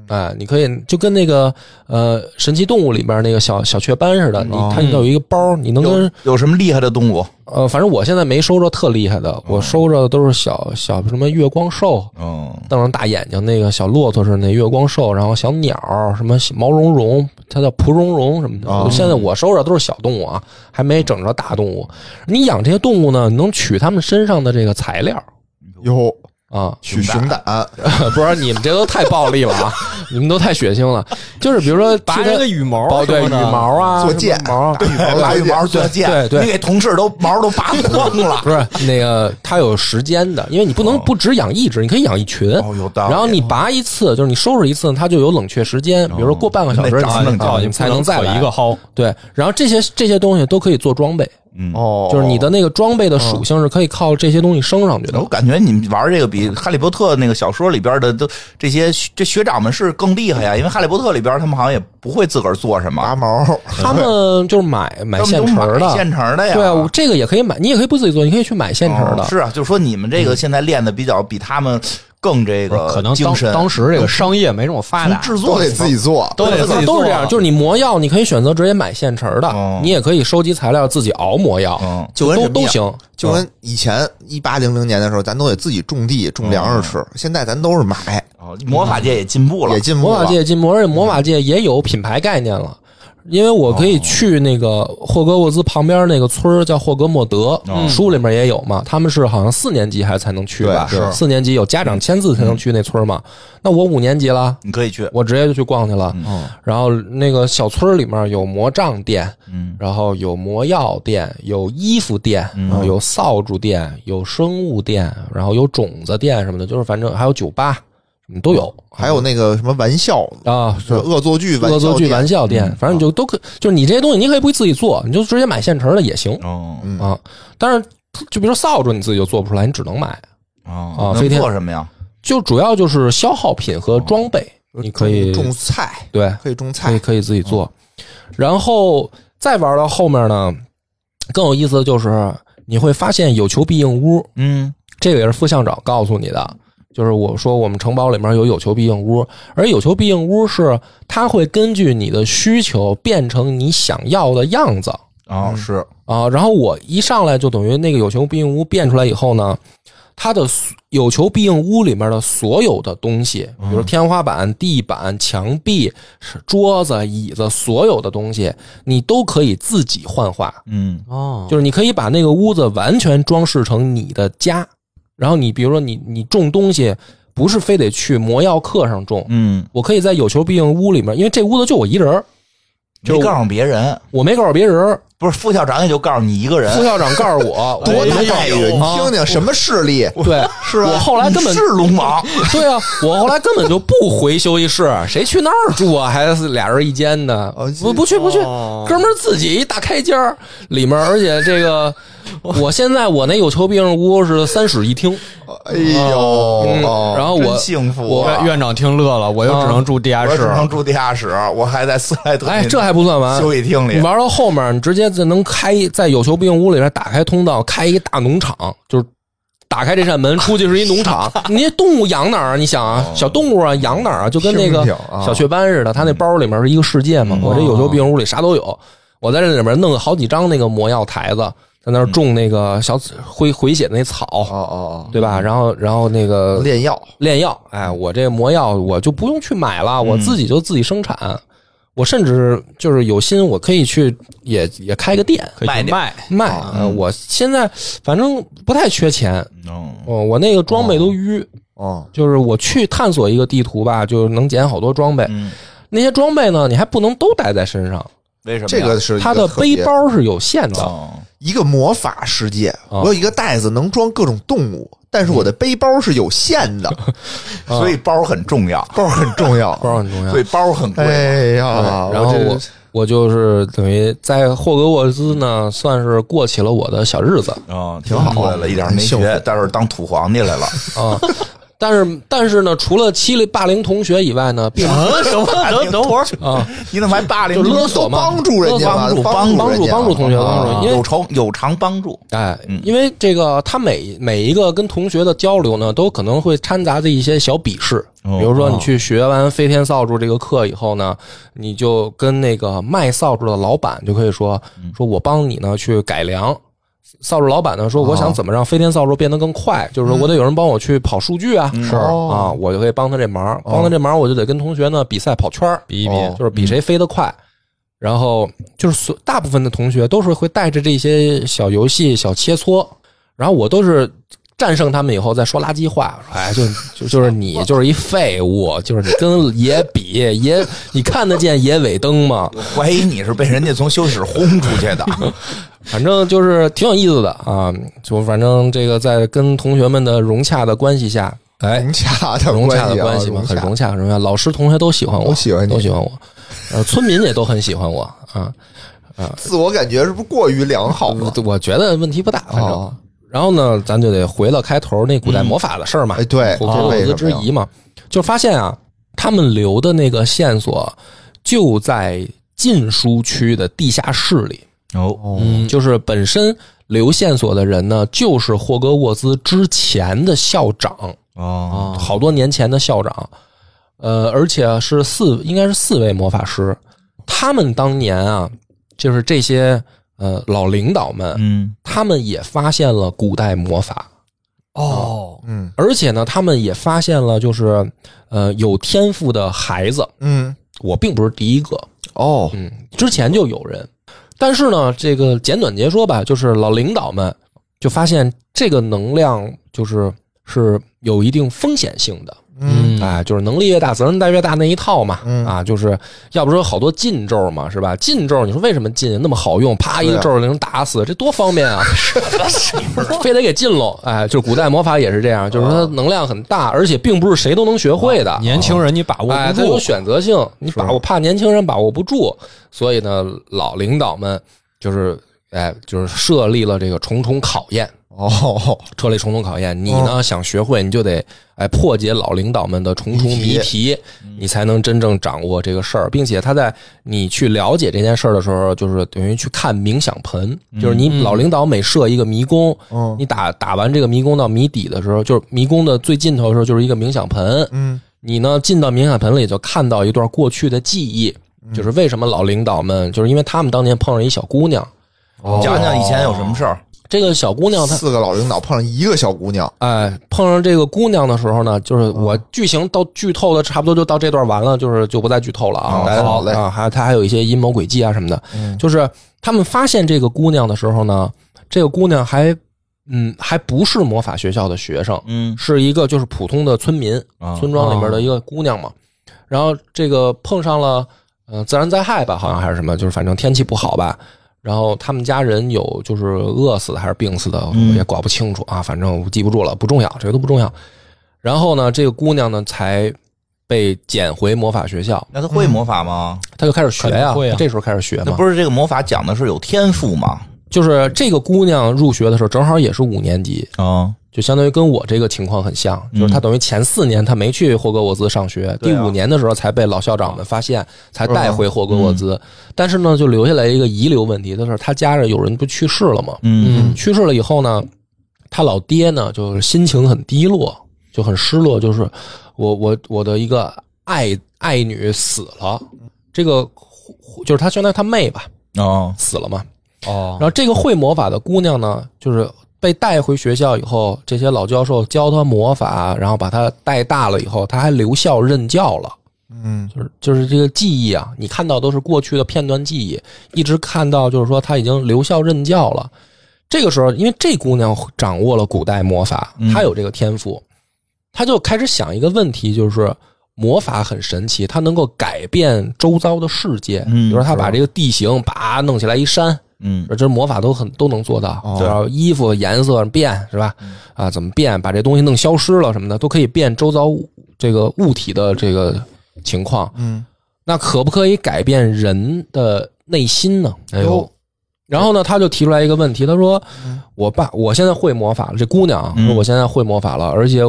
哎，你可以就跟那个神奇动物里边那个小雀斑似的，它有一个包，你能跟有什么厉害的动物？ 反正我现在没收着特厉害的，我收着的都是小什么月光兽，瞪着大眼睛那个小骆驼是那月光兽，然后小鸟什么毛茸茸，它叫蒲茸茸什么的。现在我收着都是小动物啊，还没整着大动物。你养这些动物呢，你能取它们身上的这个材料。 哟啊， 取熊胆， 不是你们这都太暴力了啊！你们都太血腥了。就是比如说拔人的羽毛， 对羽毛啊， 做剑毛， 拔羽毛做剑， 对， 你给同事都毛都拔光了。 不是那个，它有时间的，因为你不能不只养一只，你可以养一群。 有道理。 然后你拔一次，就是你收拾一次，它就有冷却时间，比如说过半个小时你才能再来一个薅。 对，然后这些东西都可以做装备。就是你的那个装备的属性是可以靠这些东西升上去的。 我感觉你们玩这个比哈利波特那个小说里边的都这学长们是更厉害呀，因为哈利波特里边他们好像也不会自个儿做什么拔毛， 他们就是买现成的， 现成的呀。 对，这个也可以买，你也可以不自己做，你可以去买现成的。 是啊，就是说你们这个现在练的比他们更这个可能精神， 当时这个商业没这么发达， 制作都得自己做， 都是这样。就是你魔药，你可以选择直接买现成的，你也可以收集材料自己熬魔药， 就跟都行。 就跟以前1800年的时候，咱都得自己种地种粮食吃，现在咱都是买。 魔法界也进步了， 魔法界也进步，而且魔法界也有品牌概念了。因为我可以去那个霍格沃兹旁边那个村叫霍格莫德，书里面也有嘛。他们是好像4年级还才能去吧？4年级有家长签字才能去那村嘛。那我5年级了， 你可以去， 我直接就去逛去了。然后那个小村里面有魔杖店，然后有魔药店，有衣服店，然后有扫帚店，有生物店，然后有种子店什么的，就是反正还有酒吧。都有， 还有那个什么玩笑啊， 是恶作剧玩笑店，反正你就都可，就是你这些东西你可以不自己做，你就直接买现成的也行啊。但是就比如说扫帚你自己就做不出来，你只能买啊。飞天做什么呀？ 就主要就是消耗品和装备，你可以种菜， 对， 可以种菜， 可以自己做。然后再玩到后面呢，更有意思的就是你会发现有求必应屋，这个也是副校长告诉你的。就是我说我们城堡里面有求必应屋，而有求必应屋是它会根据你的需求变成你想要的样子是啊。然后我一上来就等于那个有求必应屋变出来以后呢，它的有求必应屋里面的所有的东西，比如天花板、地板、墙壁、桌子、椅子，所有的东西你都可以自己幻化。就是你可以把那个屋子完全装饰成你的家。然后你比如说你种东西不是非得去魔药课上种，我可以在有求必应屋里面，因为这屋子就我一人， 没告诉别人， 我没告诉别人， 不是副校长也就告诉你一个人， 副校长告诉我多大待遇，你听听什么势力？ 对，是我后来根本是龙王， 对啊，我后来根本就不回休息室，谁去那儿住啊？还是俩人一间的？不去，哥们儿自己一大开间里面，而且这个。我现在我那有求必应屋是3室1厅， 哎呦， 然后我幸福， 我院长听乐了，我又只能住地下室， 我只能住地下室，我还在斯莱特， 这还不算完， 休息厅里， 你玩到后面，你直接就能在有求必应屋里边打开通道，开一大农场，就是打开这扇门出去是一农场，你这动物养哪儿啊？你想啊，小动物啊养哪儿啊？就跟那个小雀斑似的，它那包里面是一个世界嘛。我这有求必应屋里啥都有，我在这里面弄了好几张那个魔药台子。在那儿种那个小回血的那草，对吧？然后那个炼药， 哎，我这魔药我就不用去买了，我自己就自己生产。我甚至就是有心，我可以去也开个店，卖。我现在反正不太缺钱，我那个装备都淤，就是我去探索一个地图吧，就能捡好多装备。那些装备呢，你还不能都带在身上。 为什么？ 这个是它的背包是有限的。 一个魔法世界，我有一个袋子能装各种动物，但是我的背包是有限的， 所以包很重要， 包很重要， 所以包很贵。 哎呀， 然后我就是等于在霍格沃兹呢，算是过起了我的小日子挺好的了，一点没学，待会儿当土皇帝来了但是呢，除了霸凌同学以外呢，并什么？等会儿啊，你怎么还霸凌？ 就勒索嘛， 帮助人家， 帮助同学，因为有偿帮助。 哎，因为这个他每一个跟同学的交流呢，都可能会掺杂着一些小鄙视。比如说，你去学完飞天扫帚这个课以后呢，你就跟那个卖扫帚的老板就可以说我帮你呢去改良。扫帚老板呢说，我想怎么让飞天扫帚变得更快，就是说我得有人帮我去跑数据啊，是啊，我就可以帮他这忙，我就得跟同学呢比赛跑圈比一比，就是比谁飞得快。然后就是大部分的同学都是会带着这些小游戏、小切磋，然后我都是战胜他们以后再说垃圾话，哎，就是你就是一废物，就是你跟爷比爷，你看得见爷尾灯吗？ 怀疑你是被人家从休息室轰出去的。 反正就是挺有意思的啊，就反正这个在跟同学们的融洽的关系下，哎， 融洽的关系嘛，很融洽，老师同学都喜欢我， 都喜欢我，村民也都很喜欢我啊。 自我感觉是不是过于良好了？ 我觉得问题不大，反正。然后呢，咱就得回到开头那古代魔法的事儿嘛， 对， 霍格沃兹之疑嘛，就发现啊，他们留的那个线索就在禁书区的地下室里。就是本身留线索的人呢，就是霍格沃兹之前的校长好多年前的校长，而且应该是4位魔法师，他们当年啊，就是这些老领导们，他们也发现了古代魔法而且呢，他们也发现了就是有天赋的孩子，我并不是第一个之前就有人。但是呢，这个简短截说吧，就是老领导们就发现这个能量是有一定风险性的，就是能力越大责任带越大那一套嘛，就是要不说好多禁咒嘛，是吧？禁咒你说为什么禁那么好用？啪一个咒就能打死，这多方便啊！非得给禁喽，就是古代魔法也是这样，就是它能量很大，而且并不是谁都能学会的。 年轻人你把握不住， 它有选择性，你怕年轻人把握不住，所以呢，老领导们就是设立了这个重重考验。设立重重考验，你呢想学会，你就得破解老领导们的重重谜题，你才能真正掌握这个事儿，并且他在你去了解这件事儿的时候，就是等于去看冥想盆，就是你老领导每设一个迷宫，你打完这个迷宫到谜底的时候，就是迷宫的最尽头的时候，就是一个冥想盆，你呢进到冥想盆里就看到一段过去的记忆，就是为什么老领导们，就是因为他们当年碰上一小姑娘， 讲讲以前有什么事儿。 这个小姑娘，她 4个老领导碰上一个小姑娘， 碰上这个姑娘的时候呢，就是我剧情到剧透的差不多就到这段完了，就不再剧透了啊。 好嘞还有一些阴谋诡计啊什么的，就是他们发现这个姑娘的时候呢，这个姑娘还不是魔法学校的学生，是一个就是普通的村民，村庄里边的一个姑娘嘛。然后这个碰上了自然灾害吧，好像还是什么，就是反正天气不好吧。然后他们家人有就是饿死的还是病死的，我也搞不清楚啊，反正我记不住了，不重要，这个都不重要。然后呢，这个姑娘呢才被捡回魔法学校。 那她会魔法吗？ 她就开始学呀，这时候开始学嘛。 那不是这个魔法讲的是有天赋吗？ 就是这个姑娘入学的时候正好也是5年级就相当于跟我这个情况很像，就是她等于前4年她没去霍格沃兹上学，第5年的时候才被老校长们发现，才带回霍格沃兹。但是呢，就留下来一个遗留问题，就是他家人有人不去世了嘛，去世了以后呢，他老爹呢就是心情很低落，就很失落，就是我的一个爱女死了，这个就是他相当于他妹吧，死了嘛，然后这个会魔法的姑娘呢，就是被带回学校以后，这些老教授教他魔法，然后把他带大了以后，他还留校任教了。就是这个记忆啊，你看到都是过去的片段记忆，一直看到就是说他已经留校任教了。这个时候，因为这姑娘掌握了古代魔法，她有这个天赋，她就开始想一个问题，就是魔法很神奇，它能够改变周遭的世界。比如说，她把这个地形把弄起来一山。这魔法都能做到，然后衣服颜色变是吧？怎么变？把这东西弄消失了什么的，都可以变周遭这个物体的这个情况。那可不可以改变人的内心呢？然后呢，他就提出来一个问题，他说：我现在会魔法了，这姑娘说我现在会魔法了，而且我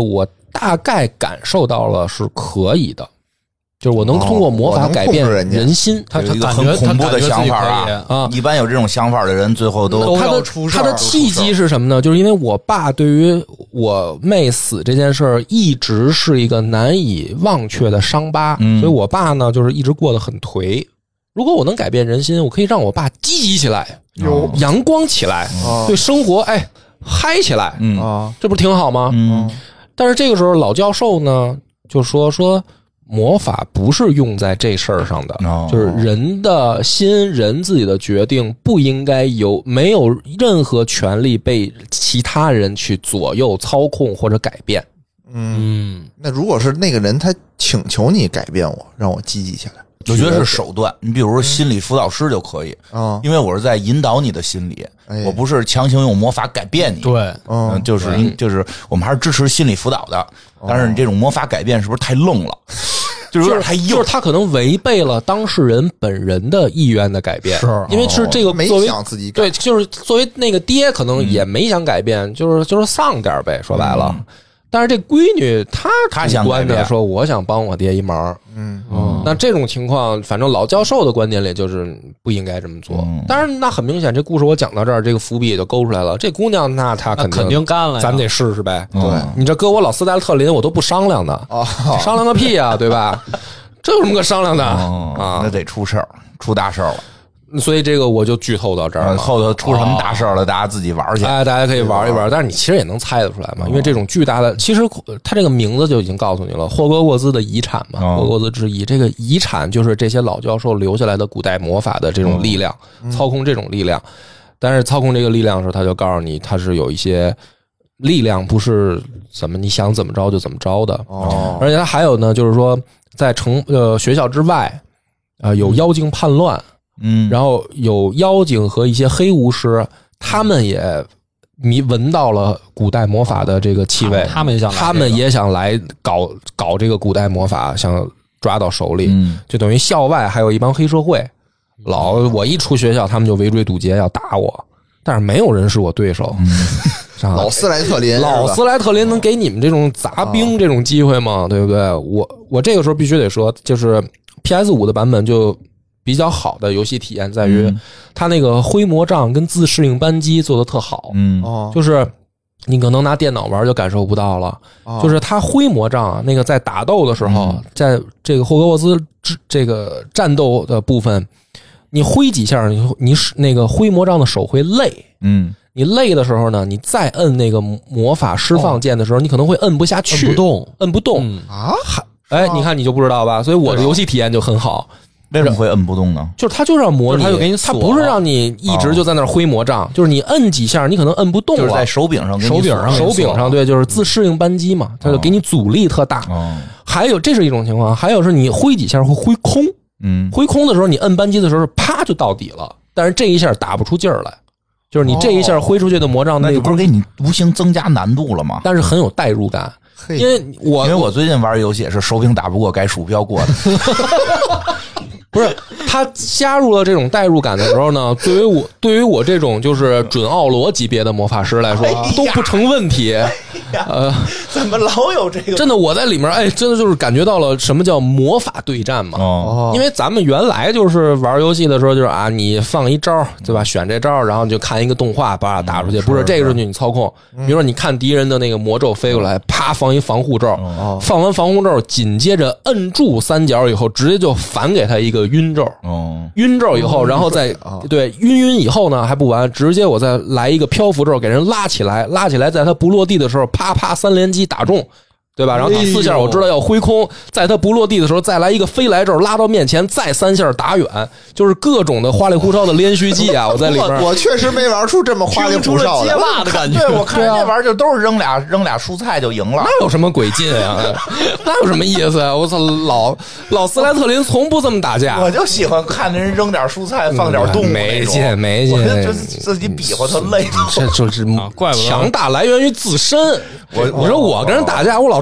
大概感受到了是可以的。就是我能通过魔法改变人心， 他有一个很恐怖的想法啊！一般有这种想法的人，最后都要出事。他的契机是什么呢？就是因为我爸对于我妹死这件事儿一直是一个难以忘却的伤疤，所以我爸呢就是一直过得很颓。如果我能改变人心，我可以让我爸积极起来，有阳光起来，对生活嗨起来，这不是挺好吗？但是这个时候老教授呢就说魔法不是用在这事儿上的，就是人的心，人自己的决定不应该没有任何权利被其他人去左右、操控或者改变。 那如果是那个人他请求你改变我，让我积极起来， 我觉得是手段。你比如说心理辅导师就可以，因为我是在引导你的心理，我不是强行用魔法改变你。 对， 就是我们还是支持心理辅导的，但是你这种魔法改变是不是太愣了？就是有点太硬， 就是他可能违背了当事人本人的意愿的改变， 是因为是这个没想自己改， 对，就是作为那个爹可能也没想改变，就是丧点呗，说白了。但是这闺女她主观的说，我想帮我爹一忙。那这种情况，反正老教授的观点里就是不应该这么做。当然，那很明显，这故事我讲到这儿，这个伏笔也就勾出来了。这姑娘，那她肯定干了， 咱得试试呗。 对， 你这搁我老斯代特林，我都不商量的。商量个屁啊，对吧？这有什么可商量的啊？ 那得出事儿，出大事儿了。 所以这个我就剧透到这儿了， 后头出什么大事了，大家自己玩去。 大家可以玩一玩，但是你其实也能猜得出来嘛，因为这种巨大的，其实他这个名字就已经告诉你了，霍格沃兹的遗产嘛，霍格沃兹之遗，这个遗产就是这些老教授留下来的古代魔法的这种力量，操控这种力量。但是操控这个力量的时候，他就告诉你，他是有一些力量不是你想怎么着就怎么着的。而且他还有呢，就是说在学校之外，有妖精叛乱。然后有妖精和一些黑巫师，他们也闻到了古代魔法的这个气味，他们也想来搞这个古代魔法，想抓到手里。就等于校外还有一帮黑社会，我一出学校，他们就围追堵截要打我，但是没有人是我对手。 老斯莱特林能给你们这种杂兵这种机会吗？对不对？我这个时候必须得说，就是 PS5 的版本就比较好的游戏体验在于，它那个挥魔杖跟自适应扳机做的特好。就是你可能拿电脑玩就感受不到了。就是它挥魔杖那个在打斗的时候，在这个霍格沃兹这个战斗的部分，你挥几下，你那个挥魔杖的手会累。你累的时候呢，你再摁那个魔法释放键的时候，你可能会摁不下去，摁不动啊。你看你就不知道吧？所以我的游戏体验就很好。 为什么会摁不动呢？ 就是它就让模拟，它不是让你一直就在那儿挥魔杖，就是你摁几下，你可能摁不动了。 就是在手柄上，对，就是自适应扳机嘛，它就给你阻力特大。还有这是一种情况，还有是你挥几下会挥空，挥空的时候你摁扳机的时候，啪就到底了，但是这一下打不出劲儿来，就是你这一下挥出去的魔杖， 那就不是给你无形增加难度了吗？ 但是很有代入感，因为我最近玩游戏也是手柄打不过，改鼠标过的。 不是，他加入了这种代入感的时候呢，对于我这种就是准奥罗级别的魔法师来说，都不成问题。 怎么老有这个？ 真的，我在里面，真的就是感觉到了什么叫魔法对战嘛。因为咱们原来就是玩游戏的时候，就是你放一招，对吧？选这招，然后就看一个动画把它打出去。不是这个时候你操控，比如说你看敌人的那个魔咒飞过来，啪放一防护咒，放完防护咒，紧接着摁住三角以后，直接就反给他一个晕咒。晕咒以后，然后再对晕以后呢还不完，直接我再来一个漂浮咒，给人拉起来，在他不落地的时候，啪啪3连击打中，对吧？然后第4下我知道要挥空，在他不落地的时候再来一个飞来咒，拉到面前，再3下打远，就是各种的花里胡哨的连续技啊！我在里边， 我确实没玩出这么花里胡哨的街霸的感觉。对，我看这玩意儿就都是扔俩蔬菜就赢了， 那有什么鬼劲啊？那有什么意思啊？我操，老斯莱特林从不这么打架。 我就喜欢看人扔点蔬菜，放点动物， 没劲， 我就自己比划特累。 这就是怪不得强大来源于自身。我说我跟人打架，我老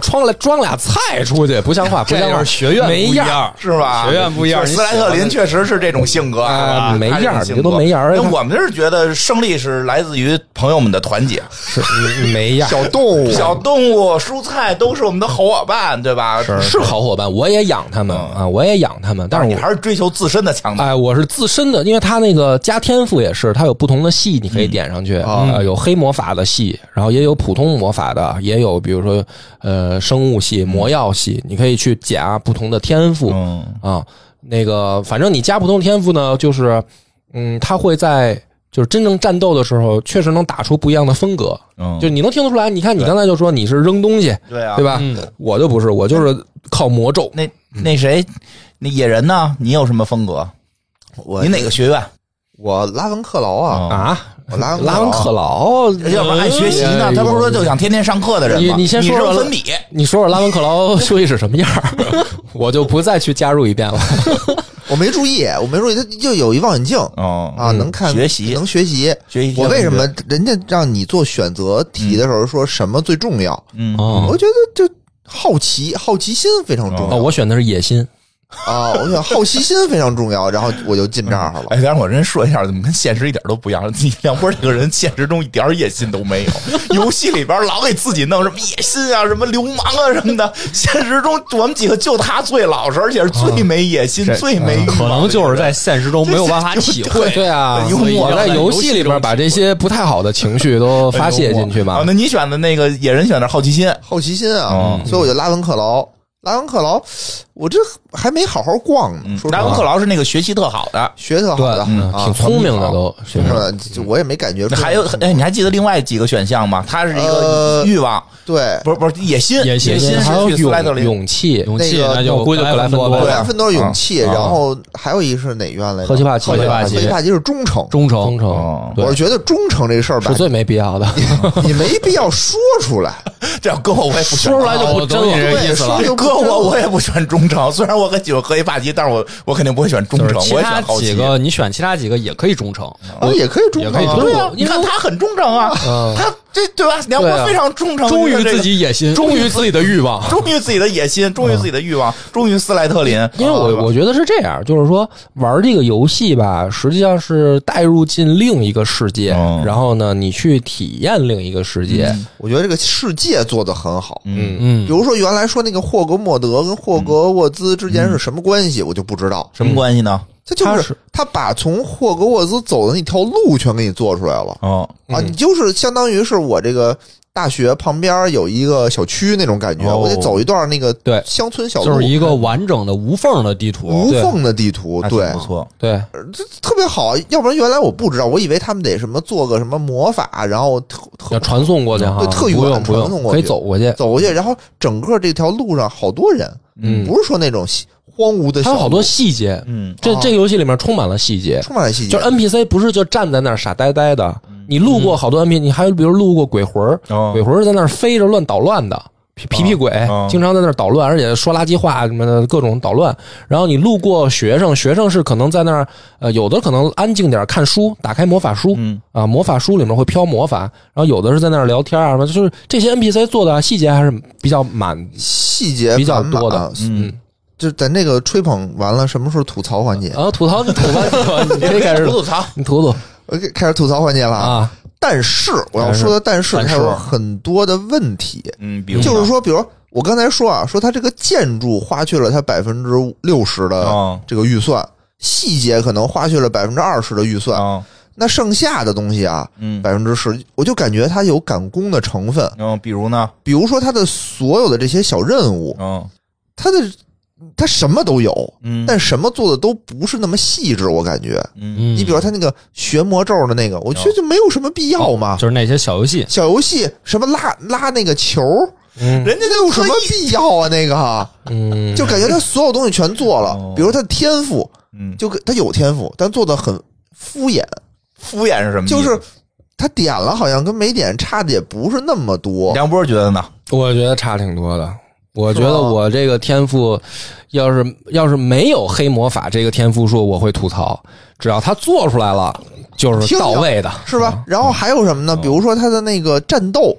装俩菜出去，不像话，不像话。 学院没样是吧？ 学院不一样。 斯莱特林确实是这种性格啊， 没样，这都没样。 我们是觉得胜利是来自于朋友们的团结， 是没样。 小动物、蔬菜都是我们的好伙伴，对吧？ 是好伙伴，我也养他们啊，我也养他们，但是你还是追求自身的强大。 哎，我是自身的，因为他那个加天赋也是，他有不同的系，你可以点上去有黑魔法的系，然后也有普通魔法的，也有比如说生物系、魔药系，你可以去加不同的天赋那个反正你加不同的天赋呢，就是他会在就是真正战斗的时候，确实能打出不一样的风格。就你能听得出来。你看，你刚才就说你是扔东西， 对啊， 对吧？我就不是，我就是靠魔咒。 那谁，那野人呢？你有什么风格？你哪个学院？ 我拉文克劳啊。我拉文克劳， 要不然爱学习呢？他不是说就想天天上课的人吗？ 你先说说粉笔， 你说说拉文克劳休息室什么样？我就不再去加入一遍了。 我没注意，他就有一望远镜能看学习， 能学习。我为什么人家让你做选择题的时候说什么最重要？我觉得就好奇心非常重要。 我选的是野心。 我想好奇心非常重要，然后我就进这儿了。 但是我真说一下，怎么跟现实一点都不一样？梁波这个人现实中一点野心都没有，游戏里边老给自己弄什么野心啊、什么流氓啊什么的。现实中我们几个就他最老实，而且是最没野心、最没欲望。 可能就是在现实中没有办法体会。 对啊，我在游戏里边把这些不太好的情绪都发泄进去嘛。 那你选的那个野人选的好奇心啊，所以我就拉文克劳。我这还没好好逛呢。 拉文克劳是那个学习特好的， 学特好的， 挺聪明的都。 我也没感觉。 还有，你还记得另外几个选项吗？它是一个欲望， 对， 不是野心， 还有勇气， 那就归格莱芬多。 格莱芬多勇气，然后还有一个是哪院来着？ 赫奇帕奇是忠诚。 我是觉得忠诚这事儿吧， 是最没必要的。 你没必要说出来， 这要搁我也不说出来就不真了。 这个意思了。 搁我也不选忠诚，虽然我很喜欢赫奇帕奇，但是我肯定不会选忠诚。 其他几个你选其他几个也可以忠诚， 也可以忠诚， 对啊，你看他很忠诚啊，他这对吧？梁波非常忠诚， 忠于自己野心， 忠于自己的欲望， 忠于自己的野心，忠于自己的欲望，忠于斯莱特林。 因为我觉得是这样，就是说玩这个游戏吧，实际上是带入进另一个世界，然后呢，你去体验另一个世界。 我觉得这个世界做得很好。比如说原来说那个霍格莫德跟霍格沃兹之间是什么关系，我就不知道什么关系呢？ 他把从霍格沃兹走的那条路全给你做出来了。你就是相当于是我这个大学旁边有一个小区那种感觉，我得走一段那个乡村小路， 就是一个完整的无缝的地图， 对， 不错， 对，这特别好。要不然原来我不知道，我以为他们得什么做个什么魔法，然后要传送过去哈， 对，特远传送过去， 可以走过去， 然后整个这条路上好多人，不是说那种荒芜的小路， 还有好多细节，这个游戏里面充满了细节，就是 NPC 不是就站在那儿傻呆呆的，你路过好多 NPC，你还有比如路过鬼魂，鬼魂是在那儿飞着乱捣乱的，皮鬼经常在那儿捣乱，而且说垃圾话什么的各种捣乱。然后你路过学生是可能在那儿有的可能安静点看书，打开魔法书，魔法书里面会飘魔法，然后有的是在那儿聊天啊什么，就是这些 NPC 做的细节还是比较细节比较多的， 就咱这个吹捧完了，什么时候吐槽环节？ 吐槽，你可以开始吐槽， 你吐。 我开始吐槽环节了啊！但是我要说的，但是它有很多的问题。比如我刚才说说它这个建筑花去了它60%的这个预算，细节可能花去了20%的预算，那剩下的东西啊，10%，我就感觉它有赶工的成分。 比如呢？ 比如说它的所有的这些小任务，它什么都有，但什么做的都不是那么细致，我感觉。你比如说他那个学魔咒的那个，我觉得就没有什么必要嘛。 就是那些小游戏， 什么拉那个球，人家那有什么必要啊？那个，就感觉他所有东西全做了。比如他的天赋，就他有天赋，但做的很敷衍。 敷衍是什么意思？ 就是他点了，好像跟没点差的也不是那么多。 梁波觉得呢？ 我觉得差挺多的。我觉得我这个天赋要是没有黑魔法这个天赋数，我会吐槽。只要他做出来了，就是到位的， 是吧？然后还有什么呢？比如说他的那个战斗，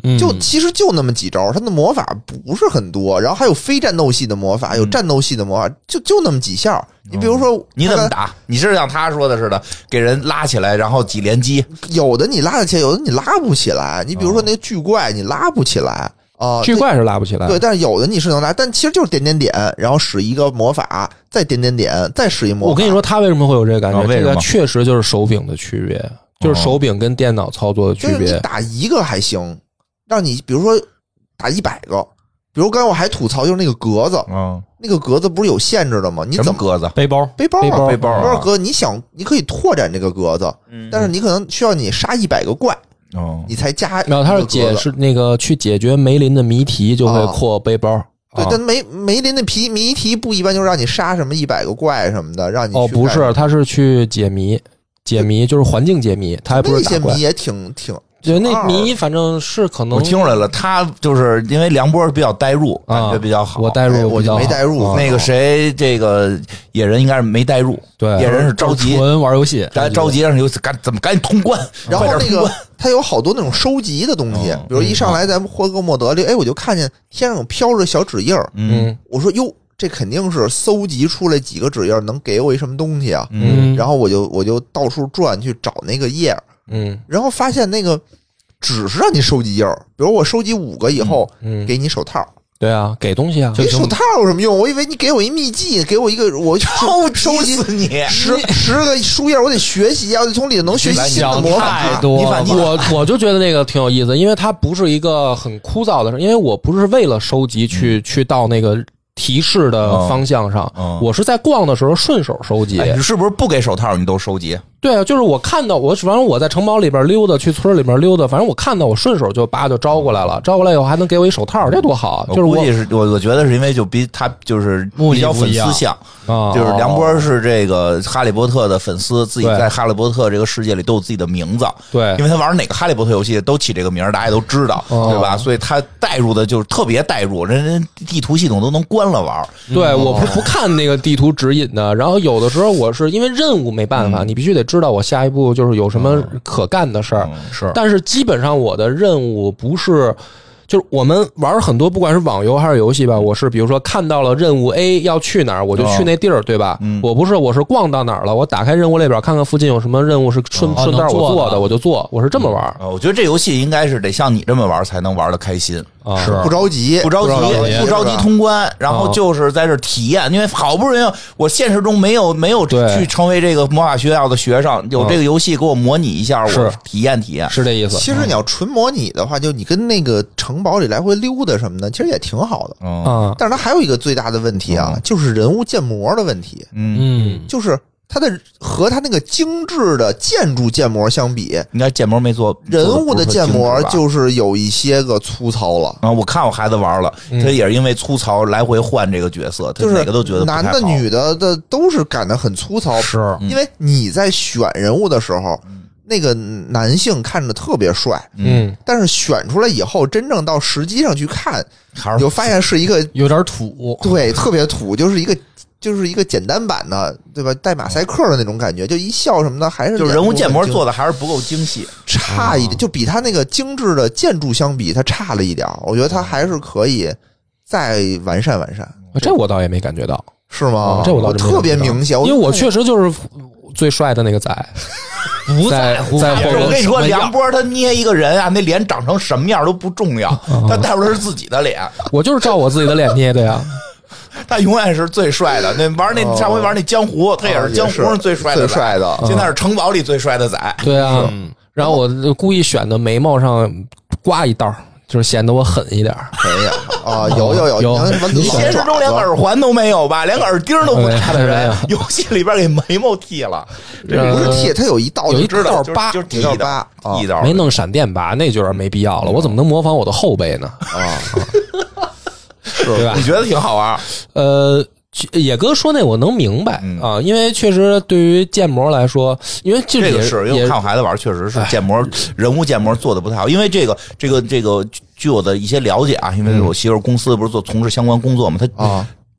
就其实就那么几招，他的魔法不是很多，然后还有非战斗系的魔法，有战斗系的魔法，就那么几下。你比如说， 你怎么打？你是像他说的似的，给人拉起来，然后几连击？ 有的你拉得起来，有的你拉不起来。你比如说那巨怪，你拉不起来啊， 巨怪是拉不起来。 对，但是有的你是能拉，但其实就是点点点，然后使一个魔法，再点点点，再使一魔法。 我跟你说，他为什么会有这个感觉？这个确实就是手柄的区别，就是手柄跟电脑操作的区别。 就是你打一个还行，让你比如说打100个。比如刚才我还吐槽，就是那个格子，那个格子不是有限制的吗？你怎么格子？ 背包格子，你可以拓展这个格子，但是你可能需要你杀100个怪，你才加。 然后他是是那个去解决梅林的谜题，就会扩背包。 对，但梅林的谜题不一般，就是让你杀什么100个怪什么的，让你不是，他是去解谜就是环境解谜，他还不是那些谜也挺。 就那谜反正是可能我听出来了，他就是因为梁波比较代入，感觉比较好。 我代入， 我就没代入。 那个谁，这个野人应该是没代入。 对， 野人是着急纯玩游戏， 着急让游戏赶紧通关。 然后那个他有好多那种收集的东西，比如一上来咱们霍格莫德里，我就看见天上有飘着小纸印儿。我说哟，这肯定是搜集出来几个纸印能给我一什么东西啊？然后我就到处转去找那个页。然后发现那个只是让你收集印儿，比如我收集5个以后，给你手套。 对啊，给东西啊， 给手套有什么用？我以为你给我一秘籍，给我一个我收集你 10个书页，我得学习啊，我得从里头能学习新的魔法。 太多了， 我就觉得那个挺有意思，因为它不是一个很枯燥的事，因为我不是为了收集去到那个提示的方向上，我是在逛的时候顺手收集。 你是不是不给手套你都收集？ 对啊，就是我看到反正我在城堡里边溜达，去村里边溜达，反正我看到我顺手就就招过来了，招过来以后还能给我一手套，这多好啊！就是我觉得是因为就比他就是比较粉丝像啊，就是梁波是这个哈利波特的粉丝，自己在哈利波特这个世界里都有自己的名字， 对， 因为他玩哪个哈利波特游戏都起这个名，大家都知道，对吧？所以他带入的就是特别带入，人地图系统都能关了玩。 对，我不看那个地图指引的，然后有的时候我是因为任务没办法，你必须得知道我下一步就是有什么可干的事儿。 是， 但是基本上我的任务不是。就是我们玩很多，不管是网游还是游戏吧，我是比如说看到了任务 A 要去哪儿，我就去那地儿，对吧？我是逛到哪儿了，我打开任务列表看看附近有什么任务是顺道我做的，我就做，我是这么玩。 我觉得这游戏应该是得像你这么玩才能玩得开心。 是不着急通关，然后就是在这体验，因为好不容易我现实中没有去成为这个魔法学校的学生，有这个游戏给我模拟一下，我体验体验， 是这意思。 其实你要纯模拟的话，就你跟那个城堡里来回溜达什么的，其实也挺好的。但是它还有一个最大的问题啊，就是人物建模的问题。就是它的和它那个精致的建筑建模相比， 应该建模没做， 人物的建模就是有一些个粗糙了。 我看我孩子玩了，他也是因为粗糙来回换这个角色，他哪个都觉得不太好， 男的女的都是感得很粗糙。 是因为你在选人物的时候，那个男性看着特别帅，但是选出来以后，真正到实际上去看，你就发现是一个有点土， 对，特别土，就是一个简单版的，对吧？带马赛克的那种感觉，就一笑什么的，还是就人物建模做的还是不够精细， 差一点，就比他那个精致的建筑相比，它差了一点。我觉得它还是可以再完善。 这我倒也没感觉到， 是吗？ 这我倒特别明显， 因为我确实就是最帅的那个仔。 不在乎。 我跟你说，梁波他捏一个人啊，那脸长成什么样都不重要，他带出来是自己的脸。 我就是照我自己的脸捏的呀。 他永远是最帅的。上回玩那江湖，他也是江湖上最帅的。现在是城堡里最帅的仔。 对啊，然后我故意选的眉毛上刮一道，就是显得我狠一点。 有， 你现实中连个耳环都没有吧？连个耳钉都不插的人，游戏里边给眉毛剃了。 这不是剃，它有一道疤， 就是剃一道， 没弄闪电疤，那就是没必要了。我怎么能模仿我的后辈呢？对吧？ 你觉得挺好玩？ 野哥说那我能明白啊，因为确实对于建模来说，因为这个是因为我看我孩子玩，确实是建模人物建模做的不太好。因为这个，据我的一些了解啊，因为我媳妇公司不是从事相关工作嘛，他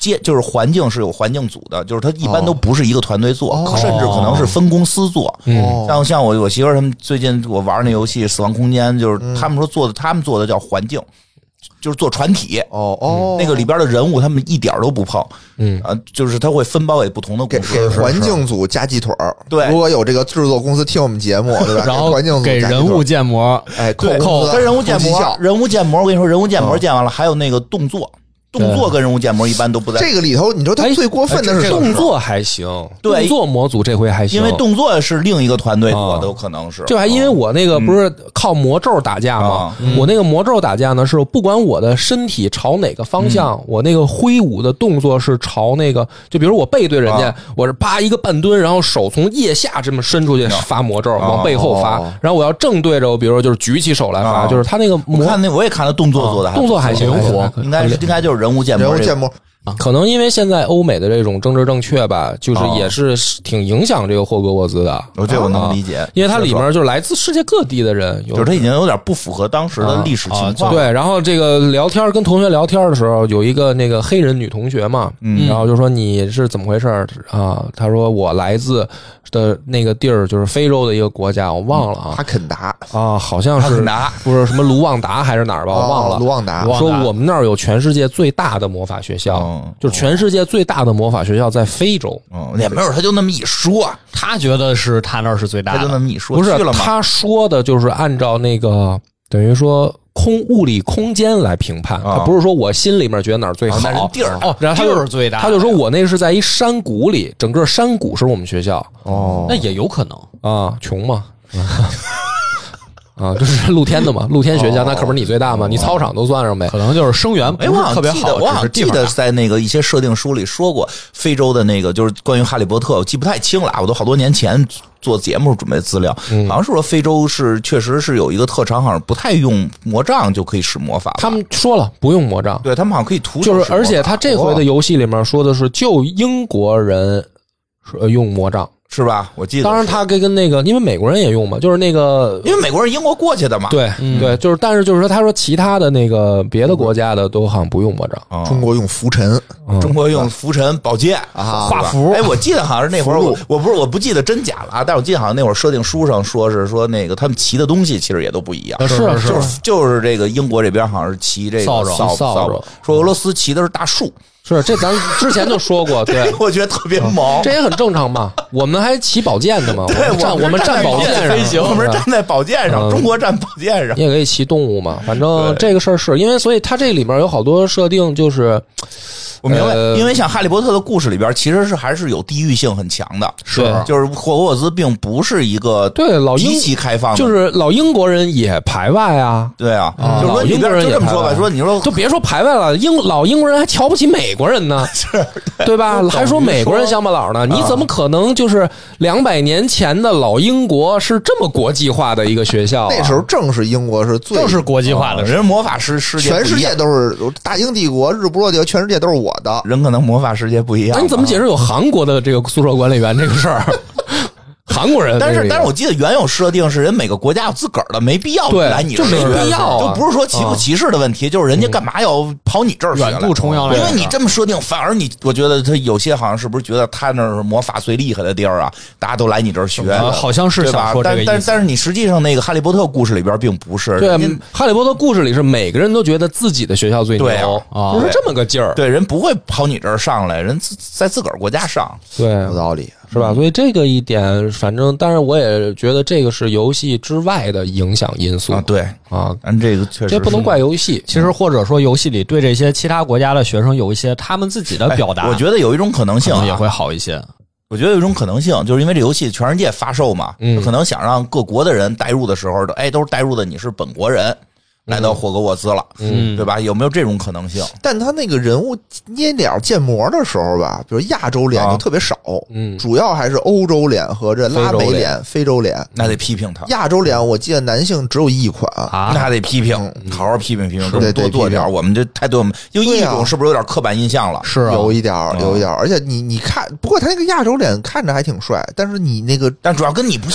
就是环境是有环境组的，就是他一般都不是一个团队做，甚至可能是分公司做。像我媳妇他们最近我玩那游戏《死亡空间》，就是他们说他们做的叫环境。就是做船体那个里边的人物他们一点都不碰，就是他会分包给不同的公司， 给环境组加鸡腿儿。 对， 如果有这个制作公司听我们节目，对吧？ 然后环境组给人物建模， 扣跟人物建模，我跟你说，人物建模建完了，还有那个动作跟人物建模一般都不在这个里头。你知道他最过分的是动作还行， 对， 动作模组这回还行， 因为动作是另一个团队做的，有可能是。 这还因为我那个不是靠魔咒打架吗？我那个魔咒打架呢，是不管我的身体朝哪个方向，我那个挥舞的动作是朝那个，就比如我背对人家，我是啪一个半蹲，然后手从腋下这么伸出去发魔咒，往背后发。然后我要正对着，比如就是举起手来发，就是他那个我也看了动作做的， 动作还行， 应该就是人物建模。 可能因为现在欧美的这种政治正确吧，就是也是挺影响这个霍格沃兹的。 这我能理解， 因为它里面就是来自世界各地的人， 就是它已经有点不符合当时的历史情况。 对，然后这个聊天跟同学聊天的时候，有一个那个黑人女同学嘛，然后就说你是怎么回事啊？她说我来自的那个地儿就是非洲的一个国家，我忘了啊， 哈肯达啊，好像是不是什么卢旺达还是哪儿吧，我忘了。 卢旺达说我们那儿有全世界最大的魔法学校。就是全世界最大的魔法学校在非洲。 也没有，他就那么一说， 他觉得是他那儿是最大的， 他就那么一说， 不是他说的，就是按照那个等于说物理空间来评判，他不是说我心里面觉得哪儿最好， 那是地儿然后他就是最大， 他就说我那是在一山谷里，整个山谷是我们学校。 那也有可能啊，穷嘛。啊，就是露天的嘛，露天学校那可不是你最大嘛，你操场都算上呗， 可能就是生源不是特别好。 我好像记得在那个一些设定书里说过，非洲的那个就是关于哈利波特，我记不太清了，我都好多年前做节目准备资料，好像是说非洲是确实是有一个特长，好像不太用魔杖就可以使魔法。 他们说了不用魔杖， 对他们好像可以徒手使魔法，就是而且他这回的游戏里面说的是就英国人用魔杖。 是吧？我记得。 当然，他跟那个，因为美国人也用嘛，就是那个， 因为美国人英国过去的嘛。 对，对，就是，但是就是说，他说其他的那个别的国家的都好像不用魔杖， 中国用拂尘， 中国用拂尘、宝剑啊、 画符。哎，我记得好像是那会儿，我不记得真假了啊，但是我记得好像那会儿设定书上说是说那个他们骑的东西其实也都不一样，就是这个英国这边好像是骑这个扫帚，说俄罗斯骑的是大树。 是，这咱之前就说过，对， 我觉得特别萌， 这也很正常嘛。我们还骑宝剑的嘛，我们站宝剑飞行，我们站在宝剑上，中国站宝剑上， 你也可以骑动物嘛。反正这个事儿是因为，所以它这里面有好多设定，就是我明白，因为像哈利波特的故事里边，其实是还是有地域性很强的， 是， 就是霍格沃兹并不是一个对老极其开放的， 就是老英国人也排外啊， 对啊，就是说英国人就这么说吧，说你说就别说排外了，老英国人还瞧不起美国人呢， 是， 对吧？还说美国人乡巴佬呢，你怎么可能就是200年前的老英国是这么国际化的一个学校？ 那时候正是英国是最正是国际化的， 人魔法师世界全世界都是大英帝国、日不落帝国，全世界都是我的， 人可能魔法世界不一样。 那你怎么解释有韩国的这个宿舍管理员这个事儿？韩国人， 但是我记得原有设定是人每个国家有自个儿的，没必要来你这儿， 就没必要， 就不是说歧不歧视的问题，就是人家干嘛要跑你这儿远渡重洋来？ 因为你这么设定，反而我觉得他有些好像是不是觉得他那儿魔法最厉害的地儿啊，大家都来你这儿学， 好像是想说这个意思。 但是你实际上那个哈利波特故事里边并不是， 对，哈利波特故事里是每个人都觉得自己的学校最牛，不是这么个劲儿。 对，人不会跑你这儿上来，人在自个儿国家上， 对， 有道理。 是吧？所以这个一点，反正当然我也觉得这个是游戏之外的影响因素啊。对啊，这个确实这不能怪游戏。 其实或者说游戏里对这些其他国家的学生有一些他们自己的表达， 我觉得有一种可能性也会好一些。 我觉得有一种可能性，就是因为这游戏全世界发售嘛，可能想让各国的人代入的时候，都是代入的你是本国人。来到霍格沃兹了，对吧？有没有这种可能性？ 但他那个人物捏脸建模的时候吧，比如亚洲脸就特别少，主要还是欧洲脸和这拉美脸、非洲脸。 那得批评他。 亚洲脸我记得男性只有1款啊，那得批评，好好批评批评， 多做点。我们这太对我们有一种是不是有点刻板印象了？ 是有一点，有一点。而且你看，不过他那个亚洲脸看着还挺帅，但是你那个， 但主要跟你不像。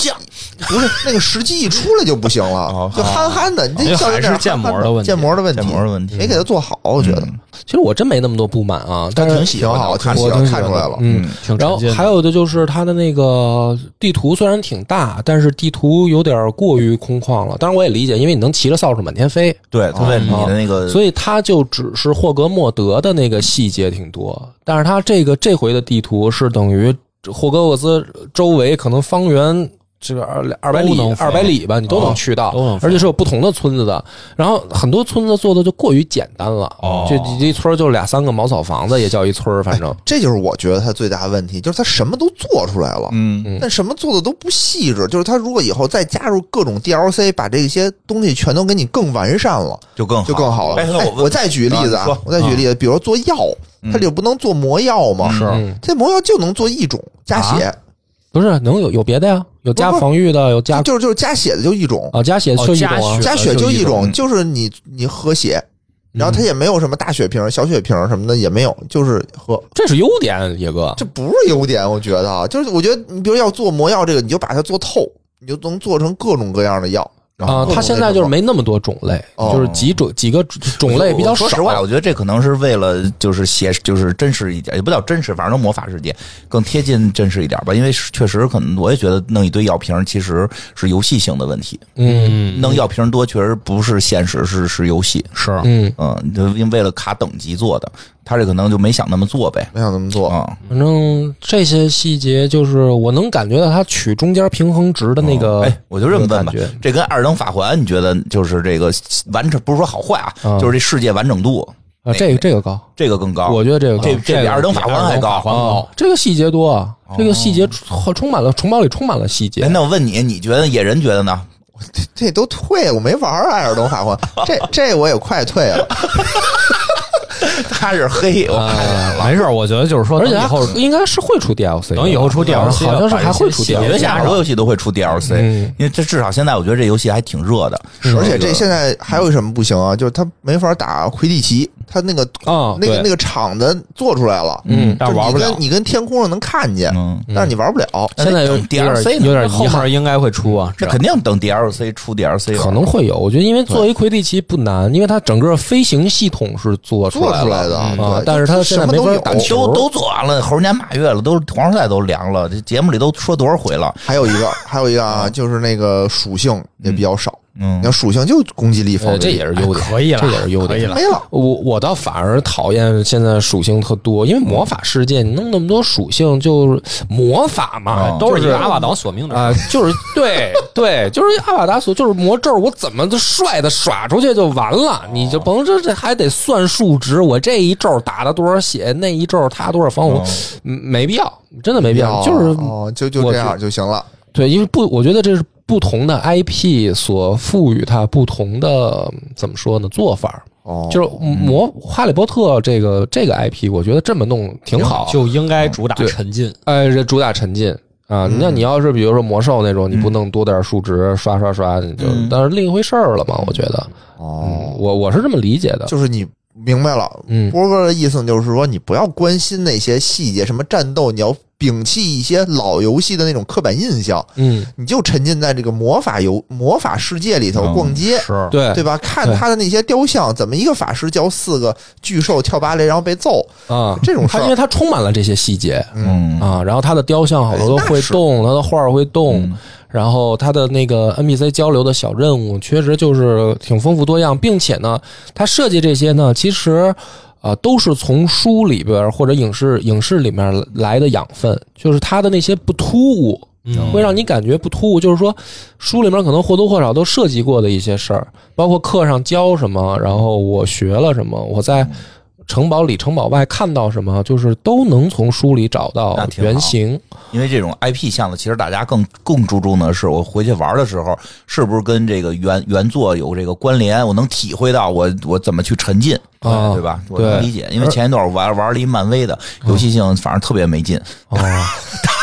不是那个实际一出来就不行了，就憨憨的，你这还是建模的问题， 建模的问题， 没给他做好，我觉得。 其实我真没那么多不满啊，但是挺喜欢， 我看出来了， 然后还有的就是它的那个地图虽然挺大，但是地图有点过于空旷了。当然我也理解，因为你能骑着扫帚满天飞， 对，他为你的那个， 所以它就只是霍格莫德的那个细节挺多，但是它这回的地图是等于霍格沃兹周围可能方圆。这个200里吧，你都能去到，而且是有不同的村子的。然后很多村子做的就过于简单了，就一村就2-3个茅草房子也叫一村，反正这就是我觉得他最大的问题，就是他什么都做出来了，但什么做的都不细致。就是他如果以后再加入各种 DLC， 把这些东西全都给你更完善了， 就更好了。 我再举例子啊，比如说做药，他就不能做魔药吗？ 是， 这魔药就能做一种加血。 不是能有别的呀？有加防御的，有加就是加血的就一种啊，加血就一种， 加血就一种，就是你喝血，然后它也没有什么大血瓶、小血瓶什么的也没有，就是喝。 这是优点，野哥， 这不是优点，我觉得就是我觉得你比如要做魔药这个，你就把它做透，你就能做成各种各样的药。 它现在就是没那么多种类，就是几个种类比较少。 说实话，我觉得这可能是为了就是就是真实一点，也不叫真实，反正魔法世界更贴近真实一点吧。因为确实可能我也觉得弄一堆药瓶其实是游戏性的问题。弄药瓶多确实不是现实，是游戏。 是， 就为了卡等级做的。他这可能就没想那么做呗， 没想那么做啊。 反正这些细节就是我能感觉到他取中间平衡值的那个。 我就这么问吧，这跟2等法环你觉得就是这个完整，不是说好坏啊，就是这世界完整度啊，这个高， 这个更高。 我觉得这个高， 这比2等法环还高。 这个细节多啊，这个细节充满了城堡里充满了细节。 那我问你觉得野人觉得呢？ 这都退了，我没玩2等法环，这我也快退了。 他是黑，我看见了。 没事，我觉得就是说， 而且以后应该是会出 DLC， 等以后出 DLC， 好像是还会出 DLC， 我觉得很多游戏都会出 DLC，因为这至少现在我觉得这游戏还挺热的。 而且这现在还有什么不行啊？就是他没法打魁地奇，他那个那个场子做出来了， 但是玩不了。 你跟天空上能看见，但是你玩不了。 现在有 DLC 有点后面应该会出啊， 这肯定等 DLC 出 DLC， 可能会有。我觉得因为做一魁地奇不难，因为它整个飞行系统是做出来的啊，但是它现在没法打球， 都做完了，猴年马月了，都黄花菜都凉了，这节目里都说多少回了。 还有一个啊，就是那个属性也比较少。你要属性就攻击力方面， 这也是优点， 可以了， 这也是优点。 没了， 我倒反而讨厌现在属性特多，因为魔法世界你弄那么多属性，就是魔法嘛， 都是以阿瓦达索命的啊，就是对，就是阿瓦达索，就是魔咒，我怎么的帅的耍出去就完了，你就甭这还得算数值，我这一咒打了多少血，那一咒他多少防护，没必要，真的没必要，就是就这样就行了。 对，因为我觉得这是不同的 IP 所赋予它不同的怎么说呢做法。就是哈利波特这个 IP， 我觉得这么弄挺好， 就应该主打沉浸。 主打沉浸啊！那你要是比如说魔兽那种，你不弄多点数值，刷，你就当然另一回事儿了嘛。我觉得，我是这么理解的， 就是你明白了，波哥的意思就是说，你不要关心那些细节，什么战斗，你要摒弃一些老游戏的那种刻板印象，你就沉浸在这个魔法世界里头逛街，对吧？看他的那些雕像，怎么一个法师教4个巨兽跳芭蕾，然后被揍啊， 这种事因为它充满了这些细节，然后他的雕像好多都会动，他的画会动。然后他的那个 NPC 交流的小任务确实就是挺丰富多样，并且呢，他设计这些呢，其实都是从书里边或者影视里面来的养分，就是他的那些不突兀，会让你感觉不突兀，就是说书里面可能或多或少都涉及过的一些事儿，包括课上教什么，然后我学了什么，我在城堡里城堡外看到什么，就是都能从书里找到原型。 因为这种 IP 项的，其实大家更注重的是，我回去玩的时候是不是跟这个原作有这个关联，我能体会到我怎么去沉浸，对吧？我能理解。因为前一段玩了一漫威的游戏性，反正特别没劲。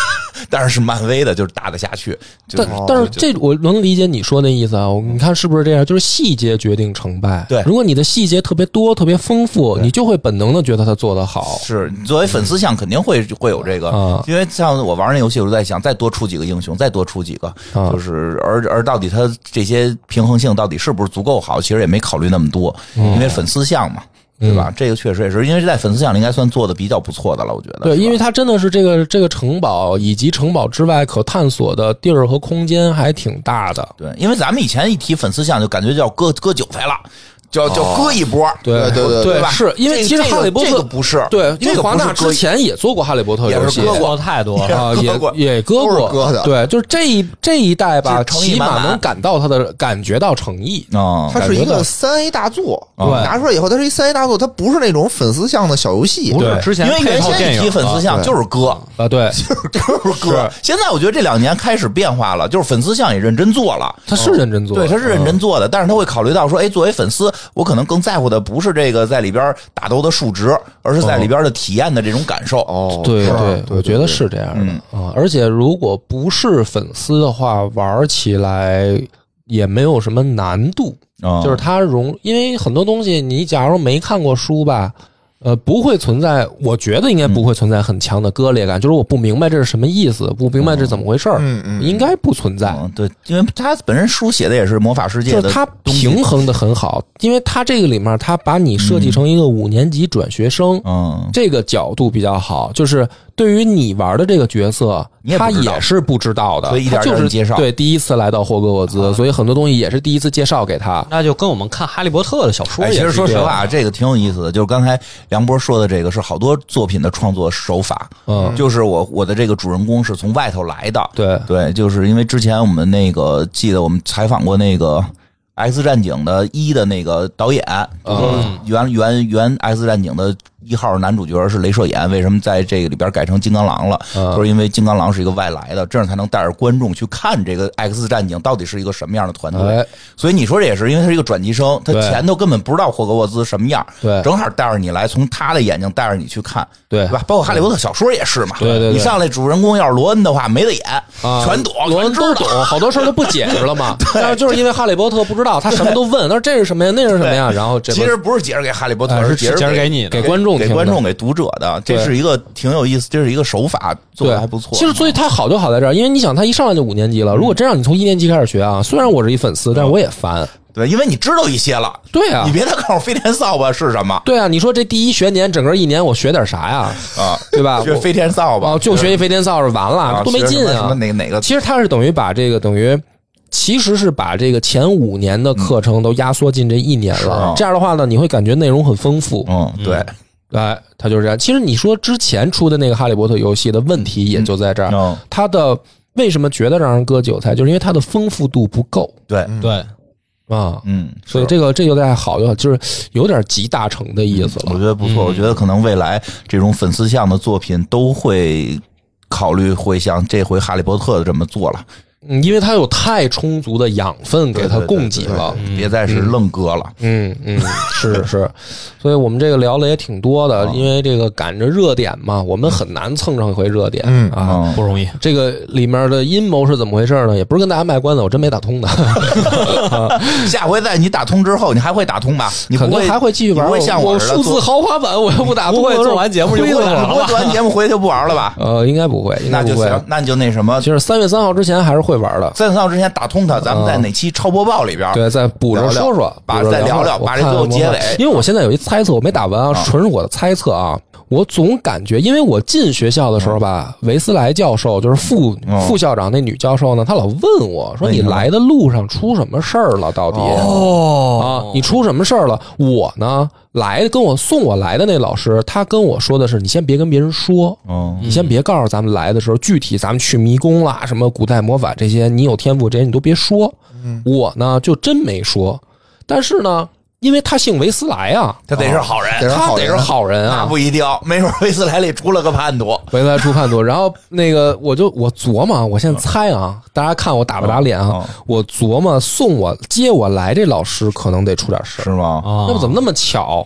但是漫威的，就是打得下去。 但是这我能理解你说那意思啊，你看是不是这样？就是细节决定成败。 对， 如果你的细节特别多、特别丰富，你就会本能的觉得他做得好。 是，作为粉丝向肯定会有这个，因为像我玩那游戏，我就在想，再多出几个英雄，再多出几个，就是而到底他这些平衡性到底是不是足够好，其实也没考虑那么多，因为粉丝向嘛。对吧？这个确实也是，因为在粉丝向里应该算做的比较不错的了，我觉得。 对，因为它真的是这个城堡以及城堡之外可探索的地儿和空间还挺大的。 对，因为咱们以前一提粉丝向就感觉叫割韭菜了。叫割一波， 对吧？ 是因为其实哈利波特不是对，因为华纳之前也做过哈利波特游戏， 割过太多啊，也割过，对，就是这一代吧，起码能感觉到诚意啊。它是一个3A 大作，拿出来以后，它是一3A 大作，它不是那种粉丝向的小游戏。 对，之前因为原先一提粉丝向就是割啊，对， 就是割。现在我觉得这2年开始变化了，就是粉丝向也认真做了， 他是认真做， 对，他是认真做的，但是他会考虑到说，哎，作为粉丝。我可能更在乎的不是这个在里边打斗的数值，而是在里边的体验的这种感受。 对，我觉得是这样的啊。而且如果不是粉丝的话，玩起来也没有什么难度，就是它因为很多东西你假如没看过书吧。不会存在，我觉得应该不会存在很强的割裂感，就是我不明白这是什么意思，不明白这怎么回事应该不存在。 对，因为他本身书写的也是魔法世界的， 就是他平衡的很好，因为他这个里面他把你设计成一个5年级转学生，这个角度比较好，就是对于你玩的这个角色，他也是不知道的， 所以一点就是介绍， 对，第一次来到霍格沃兹，所以很多东西也是第一次介绍给他。 那就跟我们看哈利波特的小说也是。 其实说实话，这个挺有意思的，就是刚才梁波说的这个是好多作品的创作手法，就是我的这个主人公是从外头来的，对，就是因为之前我们那个记得我们采访过那个。X 战警的1的那个导演，原 X 战警的1号男主角是镭射眼，为什么在这个里边改成金刚狼了？就是因为金刚狼是一个外来的，这样才能带着观众去看这个 X 战警到底是一个什么样的团队。所以你说这也是因为他是一个转机生，他前头根本不知道霍格沃兹什么样， 对， 正好带着你来，从他的眼睛带着你去看， 对吧？包括哈利波特小说也是嘛， 对， 你上来主人公要是罗恩的话没得演，全懂， 罗恩都懂，好多事都不解释了嘛。但是就是因为哈利波特不知道。他什么都问，他说这是什么呀？那是什么呀？然后其实不是解释给哈利波特，是解释给你， 给观众、 给读者的。这是一个挺有意思，这是一个手法，做的还不错。 其实所以他好就好在这儿，因为你想他一上来就5年级了，如果真让你从1年级开始学啊，虽然我是一粉丝，但是我也烦。 对，因为你知道一些了。 对啊， 你别再告诉我飞天扫把是什么。 对啊，你说这第一学年整个1年我学点啥呀？对吧？ 学飞天扫把， 就学一飞天扫把完了，多没劲啊！ 什么哪个？ 其实他是等于把这个其实是把这个前5年的课程都压缩进这1年了。这样的话呢，你会感觉内容很丰富。 对， 哎，他就是这样。其实你说之前出的那个哈利波特游戏的问题也就在这儿，它的为什么觉得让人割韭菜，就是因为它的丰富度不够。 对。 所以这就在好，就是有点集大成的意思了。 我觉得不错，我觉得可能未来这种粉丝向的作品都会考虑会像这回哈利波特的这么做了。 因为它有太充足的养分给它供给了， 别再是愣割了。 是，所以我们这个聊的也挺多的，因为这个赶着热点嘛，我们很难蹭上一回热点不容易。 这个里面的阴谋是怎么回事呢？也不是跟大家卖关子，我真没打通的。 下回在你打通之后，你还会打通吧？你肯定还会继续玩。 不会像我数字豪华版，我又不打通， 做完节目就不玩了吧？ 做完节目回去就不玩了吧？ 应该不会， 那就行，那你就那什么， 就是3月3号之前还是会玩的。 3月3号之前打通它，咱们在哪期超播报里边， 对，再补着说说， 再聊聊，把这最后结尾。 因为我现在有一猜测，我没打完啊，纯是我的猜测啊。我总感觉，因为我进学校的时候吧，维斯莱教授就是副校长那女教授呢，她老问我说：“你来的路上出什么事儿了？到底你出什么事儿了？”我呢，跟我送我来的那老师，他跟我说的是：“你先别跟别人说，你先别告诉咱们来的时候具体咱们去迷宫啦，什么古代魔法这些，你有天赋这些你都别说。”我呢就真没说，但是呢。因为他姓维斯莱啊， 他得是好人， 他得是好人啊， 那不一定，没准维斯莱里出了个叛徒， 维斯莱出叛徒。然后那个我琢磨，我现在猜啊，大家看我打不打脸啊？我琢磨接我来这老师可能得出点事， 是吗？ 要不怎么那么巧？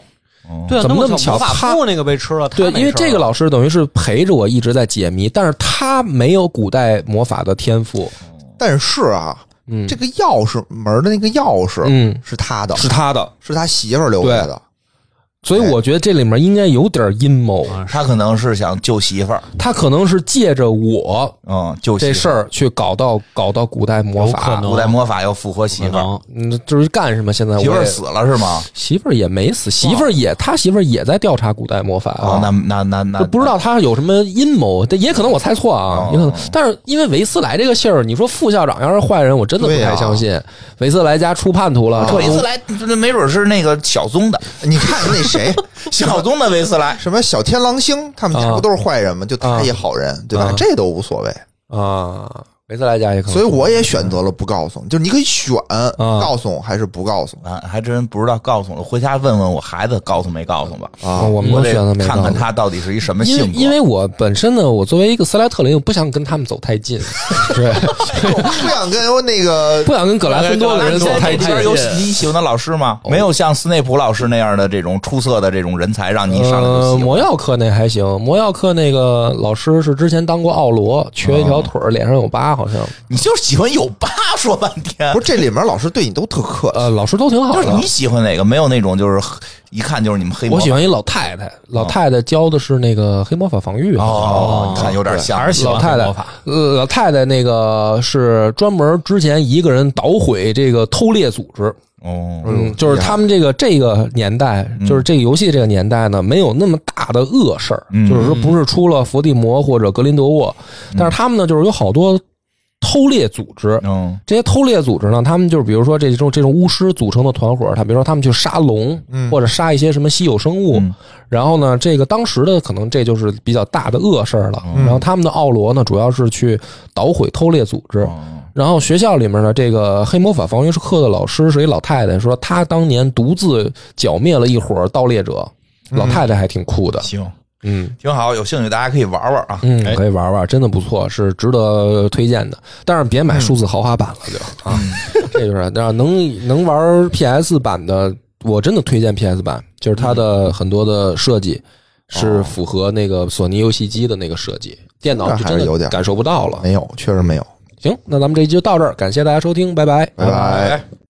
对， 怎么那么巧？ 魔法布那个被吃了， 对，因为这个老师等于是陪着我一直在解谜，但是他没有古代魔法的天赋。 但是啊，这个钥匙门的那个钥匙，是他的， 是他媳妇儿留下的。 所以我觉得这里面应该有点阴谋， 他可能是想救媳妇儿， 他可能是借着我， 救这事儿去搞到古代魔法， 古代魔法要复活媳妇儿， 就是干什么？现在媳妇儿死了是吗？ 媳妇儿也没死，他媳妇儿也在调查古代魔法啊。 那不知道他有什么阴谋，也可能我猜错啊，也可能。但是因为维斯莱这个信儿，你说副校长要是坏人，我真的不太相信。维斯莱家出叛徒了， 维斯莱没准是那个小宗的， 你看那谁， 小宗的维斯莱， 什么小天狼星，他们家不都是坏人吗？就他也好人，对吧？这都无所谓啊。维斯莱家也可能， 所以我也选择了不告诉你，就是你可以选告诉我还是不告诉我。 还真不知道告诉我，回家问问我孩子告诉没告诉吧。 我们都选择没告诉， 看看他到底是一什么性格。 因为我本身呢，我作为一个斯莱特林，我不想跟他们走太近，对， 不想跟那个不想跟葛莱芬多的人走太近。 有你喜欢的老师吗？没有像斯内普老师那样的这种出色的这种人才，让你上来就喜欢。 魔药课那还行，魔药课那个老师是之前当过奥罗，瘸一条腿，脸上有疤，好像。 你就是喜欢有疤，说半天。 不是，这里面老师对你都特客气， 老师都挺好的。 就是你喜欢哪个？没有那种就是一看就是你们黑魔法。 我喜欢一老太太，老太太教的是那个黑魔法防御。 你看有点像， 还是喜欢黑魔法。 老太太那个是专门之前一个人捣毁这个偷猎组织。就是他们这个年代，就是这个游戏这个年代呢，没有那么大的恶事儿，就是说不是出了伏地魔或者格林德沃，但是他们呢，就是有好多偷猎组织，这些偷猎组织呢，他们就是比如说这种巫师组成的团伙，他比如说他们去杀龙，或者杀一些什么稀有生物，然后呢，这个当时的可能这就是比较大的恶事了。然后他们的奥罗呢，主要是去捣毁偷猎组织。然后学校里面的这个黑魔法防御课的老师是一老太太，说她当年独自剿灭了一伙盗猎者，老太太还挺酷的。 行。挺好，有兴趣大家可以玩玩啊。 可以玩玩，真的不错，是值得推荐的。但是别买数字豪华版了，就啊，这就是能玩 PS 版的，我真的推荐 PS 版，就是它的很多的设计是符合那个索尼游戏机的那个设计，电脑就真的感受不到了。 没有，确实没有。 行，那咱们这一集就到这儿，感谢大家收听，拜拜， 拜拜。